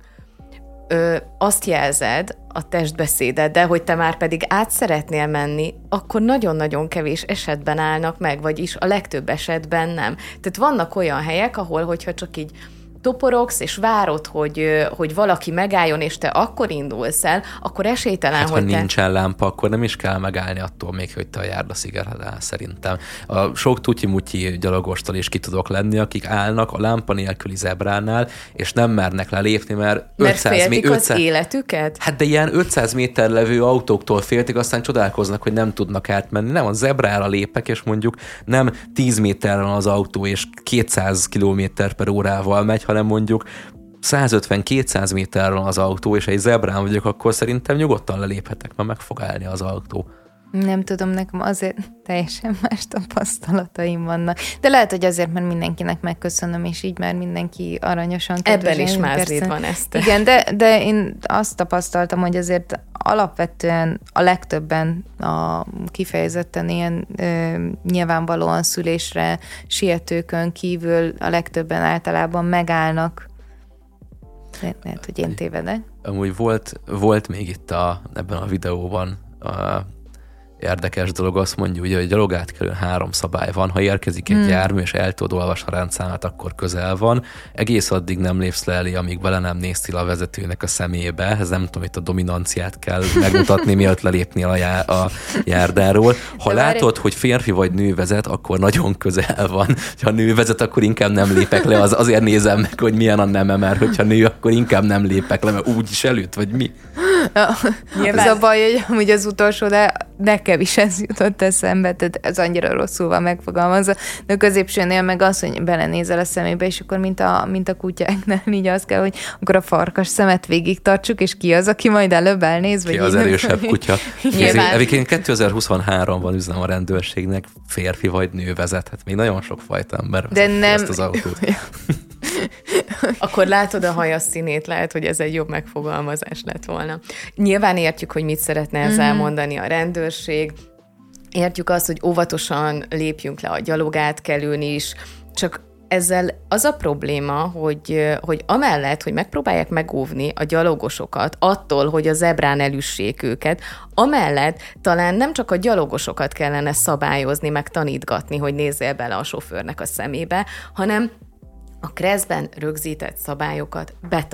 azt jelzed a testbeszédeddel, hogy te már pedig át szeretnél menni, akkor nagyon-nagyon kevés esetben állnak meg, vagyis a legtöbb esetben nem. Tehát vannak olyan helyek, ahol, hogyha csak így toporogsz, és várod, hogy valaki megálljon, és te akkor indulsz el, akkor esélytelen, hogy ha nincsen lámpa, akkor nem is kell megállni attól még, hogy te a járdaszigeredel, szerintem. A sok tutyi-mutyi gyalogostól is ki tudok lenni, akik állnak a lámpa nélküli zebránál, és nem mernek lelépni, mert féltik az életüket? Hát de ilyen 500 méter levő autóktól féltik, aztán csodálkoznak, hogy nem tudnak átmenni. Nem, a zebrára lépek, és mondjuk nem 10 méterren az autó, és 200 km/órával megy, hanem mondjuk 150-200 méterről az autó, és egy zebrán vagyok, akkor szerintem nyugodtan leléphetek, mert meg fog állni az autó. Nem tudom, nekem azért teljesen más tapasztalataim vannak. De lehet, hogy azért, mert mindenkinek megköszönöm, és így már mindenki aranyosan kedves. Ebben is mázlid van ezt. Igen, de én azt tapasztaltam, hogy azért alapvetően a legtöbben kifejezetten ilyen nyilvánvalóan szülésre sietőkön kívül a legtöbben általában megállnak. Lehet, hogy én tévedek. Amúgy volt még itt ebben a videóban érdekes dolog, azt mondja, ugye, hogy gyalogátkelőn 3 szabály van. Ha érkezik egy jármű, és el tudod olvasni a rendszámát, akkor közel van. Egész addig nem lépsz le elé, amíg bele nem néztél a vezetőnek a szemébe. Ez nem tudom, itt a dominanciát kell megmutatni, mielőtt lelépnél a járdáról. Ha látod, hogy férfi vagy nő vezet, akkor nagyon közel van. Ha nő vezet, akkor inkább nem lépek le. Azért nézem meg, hogy milyen a neme, mert hogyha nő, akkor inkább nem lépek le, mert úgyis előtt, vagy mi? Az a baj, hogy amúgy az utolsó, de nekem is ez jutott eszembe, tehát ez annyira rosszul van megfogalmazva. De a középsőnél meg az, hogy belenézel a szemébe, és akkor mint a kutyáknál így az kell, hogy akkor a farkas szemet végig tartsuk, és ki az, aki majd előbb elnéz? Ki az erősebb kutya? Egyébként 2023-ban üzenem a rendőrségnek, férfi vagy nő vezet. Hát még nagyon sok fajta ember vezet ezt az autót. Akkor látod a haja színét, lehet, hogy ez egy jobb megfogalmazás lett volna. Nyilván értjük, hogy mit szeretne ezzel mondani a rendőrség, értjük azt, hogy óvatosan lépjünk le a gyalogátkelőn is, csak ezzel az a probléma, hogy amellett, hogy megpróbálják megóvni a gyalogosokat attól, hogy a zebrán elüssék őket, amellett talán nem csak a gyalogosokat kellene szabályozni, meg tanítgatni, hogy nézzél bele a sofőrnek a szemébe, hanem a KRESZ-ben rögzített szabályokat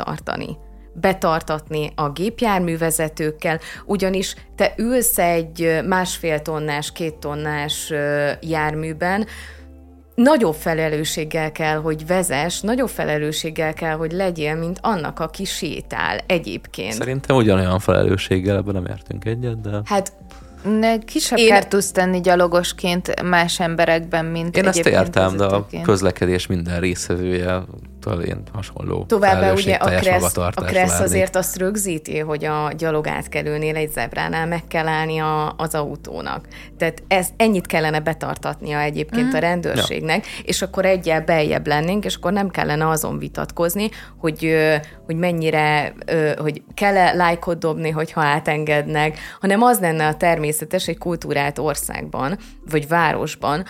betartatni a gépjárművezetőkkel, ugyanis te ülsz egy 1,5 tonnás, 2 tonnás járműben, nagyobb felelősséggel kell, hogy vezess, nagyobb felelősséggel kell, hogy legyél, mint annak, aki sétál egyébként. Szerintem ugyanolyan felelősséggel, ebben nem értünk egyet, de... Hát kisebb kárt tudsz tenni gyalogosként más emberekben, mint én egyébként. Én ezt értem, de a közlekedés minden részevője én hasonló továbbá ugye a KRESZ várni. Azért azt rögzíti, hogy a gyalogátkelőnél egy zebránál meg kell állni az autónak. Tehát ennyit kellene betartatnia egyébként a rendőrségnek, és akkor egyel beljebb lennénk, és akkor nem kellene azon vitatkozni, hogy mennyire, hogy kell-e lájkot dobni, hogyha átengednek, hanem az lenne a természetes egy kultúrált országban, vagy városban,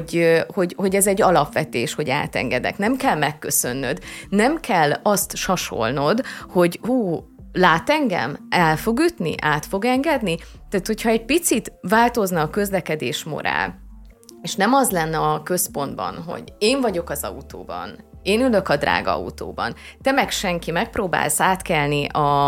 hogy ez egy alapvetés, hogy átengedek. Nem kell megköszönnöd, nem kell azt sasolnod, hogy lát engem, el fog ütni, át fog engedni. Tehát, hogyha egy picit változna a közlekedés morál, és nem az lenne a központban, hogy én vagyok az autóban, én ülök a drága autóban, te meg senki megpróbálsz átkelni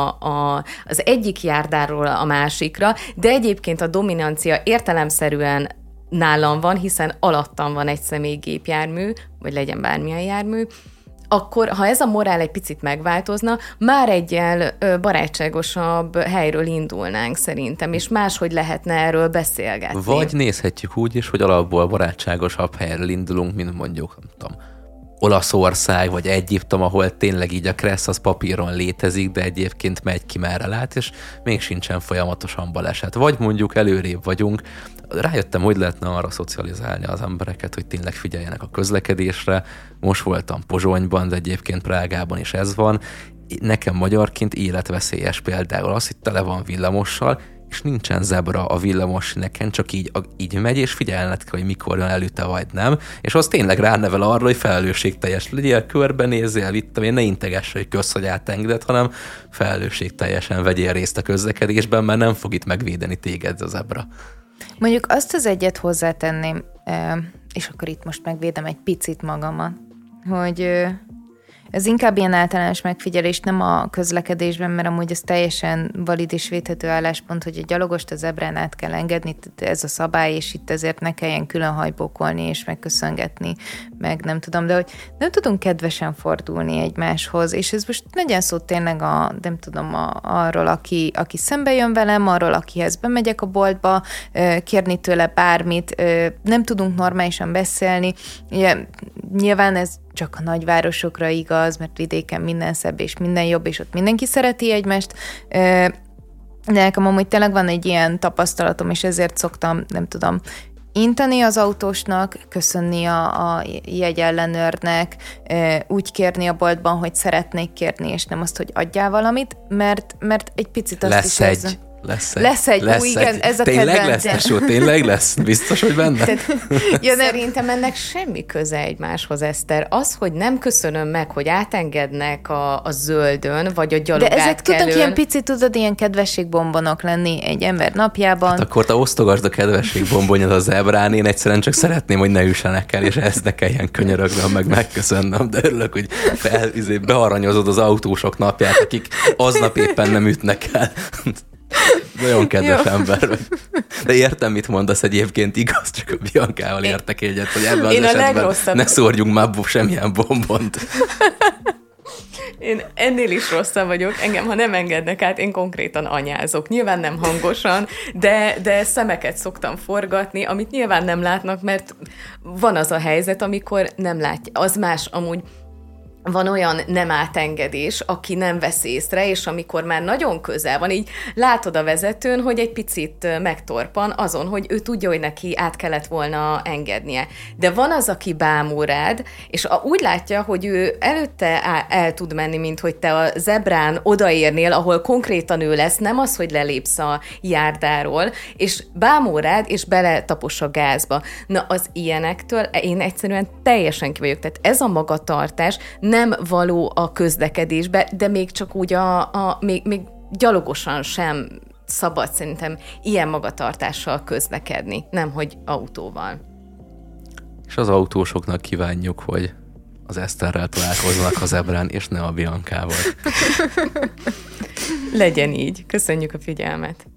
az egyik járdáról a másikra, de egyébként a dominancia értelemszerűen nálam van, hiszen alattam van egy személygépjármű, vagy legyen bármilyen jármű, akkor, ha ez a morál egy picit megváltozna, már egyel barátságosabb helyről indulnánk szerintem, és máshogy lehetne erről beszélgetni. Vagy nézhetjük úgy is, hogy alapból barátságosabb helyről indulunk, mint mondjuk, nem tudom, Olaszország, vagy Egyiptom, ahol tényleg így a KRESZ az papíron létezik, de egyébként megy ki merre lát, és még sincsen folyamatosan baleset. Vagy mondjuk előrébb vagyunk. Rájöttem, hogy lehetne arra szocializálni az embereket, hogy tényleg figyeljenek a közlekedésre. Most voltam Pozsonyban, de egyébként Prágában is ez van. Nekem magyarként életveszélyes például az, hogy tele van villamossal, és nincsen zebra a villamosneken, csak így megy, és figyelned kell, hogy mikor jön előtte, vagy nem, és az tényleg ránevel arra, hogy felelősségteljes legyél, körbenézzél, én ne integess, hogy kösz, hogy átengeded, hanem felelősségteljesen vegyél részt a közlekedésben, mert nem fog itt megvédeni téged a zebra. Mondjuk azt az egyet hozzátenném, és akkor itt most megvédem egy picit magamat, hogy ez inkább ilyen általános megfigyelés, nem a közlekedésben, mert amúgy ez teljesen valid és védhető álláspont, hogy a gyalogost a zebrán át kell engedni, ez a szabály, és itt ezért ne kelljen külön hajbókolni és megköszöngetni, meg nem tudom, de hogy nem tudunk kedvesen fordulni egymáshoz, és ez most legyen szó tényleg arról, aki szembe jön velem, arról, akihez bemegyek a boltba, kérni tőle bármit, nem tudunk normálisan beszélni. Ugye, nyilván ez csak a nagyvárosokra igaz, mert vidéken minden szebb és minden jobb, és ott mindenki szereti egymást. De nekem amúgy tényleg van egy ilyen tapasztalatom, és ezért szoktam, nem tudom, inteni az autósnak, köszönni a jegyellenőrnek, úgy kérni a boltban, hogy szeretnék kérni, és nem azt, hogy adjál valamit, mert egy picit azt lesz is egy. Lesz egy. Igen, ez a tényleg lesz, tesó, tényleg lesz? Biztos, hogy benne? Szerintem ennek semmi köze egymáshoz, Eszter. Az, hogy nem köszönöm meg, hogy átengednek a zöldön, vagy a gyalogátkelőn. De ezek tudnak ilyen picit, tudod, ilyen kedvességbombonok lenni egy ember napjában. Hát akkor te osztogasd a kedvességbombonyod a zebrán, én egyszerűen csak szeretném, hogy ne üssenek el, és ezt ne kelljen könyörögnöm, meg megköszönnöm, de örülök, hogy bearanyozod az autósok napját, akik aznap éppen nem ütnek el. Nagyon kedves ember vagy. De értem, mit mondasz egyébként, igaz, csak a Biancával értek egyet, hogy ebben az esetben ne szórjunk már semmilyen bombont. Én ennél is rosszabb vagyok, engem, ha nem engednek át, én konkrétan anyázok. Nyilván nem hangosan, de szemeket szoktam forgatni, amit nyilván nem látnak, mert van az a helyzet, amikor nem látja. Az más amúgy. Van olyan nem átengedés, aki nem vesz észre, és amikor már nagyon közel van, így látod a vezetőn, hogy egy picit megtorpan azon, hogy ő tudja, hogy neki át kellett volna engednie. De van az, aki bámul rád, és úgy látja, hogy ő előtte el tud menni, mint hogy te a zebrán odaérnél, ahol konkrétan ő lesz, nem az, hogy lelépsz a járdáról, és bámul rád, és beletapos a gázba. Na, az ilyenektől én egyszerűen teljesen ki vagyok. Tehát ez a magatartás nem való a közlekedésbe, de még csak úgy még gyalogosan sem szabad szerintem ilyen magatartással közlekedni, nemhogy autóval. És az autósoknak kívánjuk, hogy az Eszterrel találkoznak a zebrán, és ne a Biancával. Legyen így. Köszönjük a figyelmet.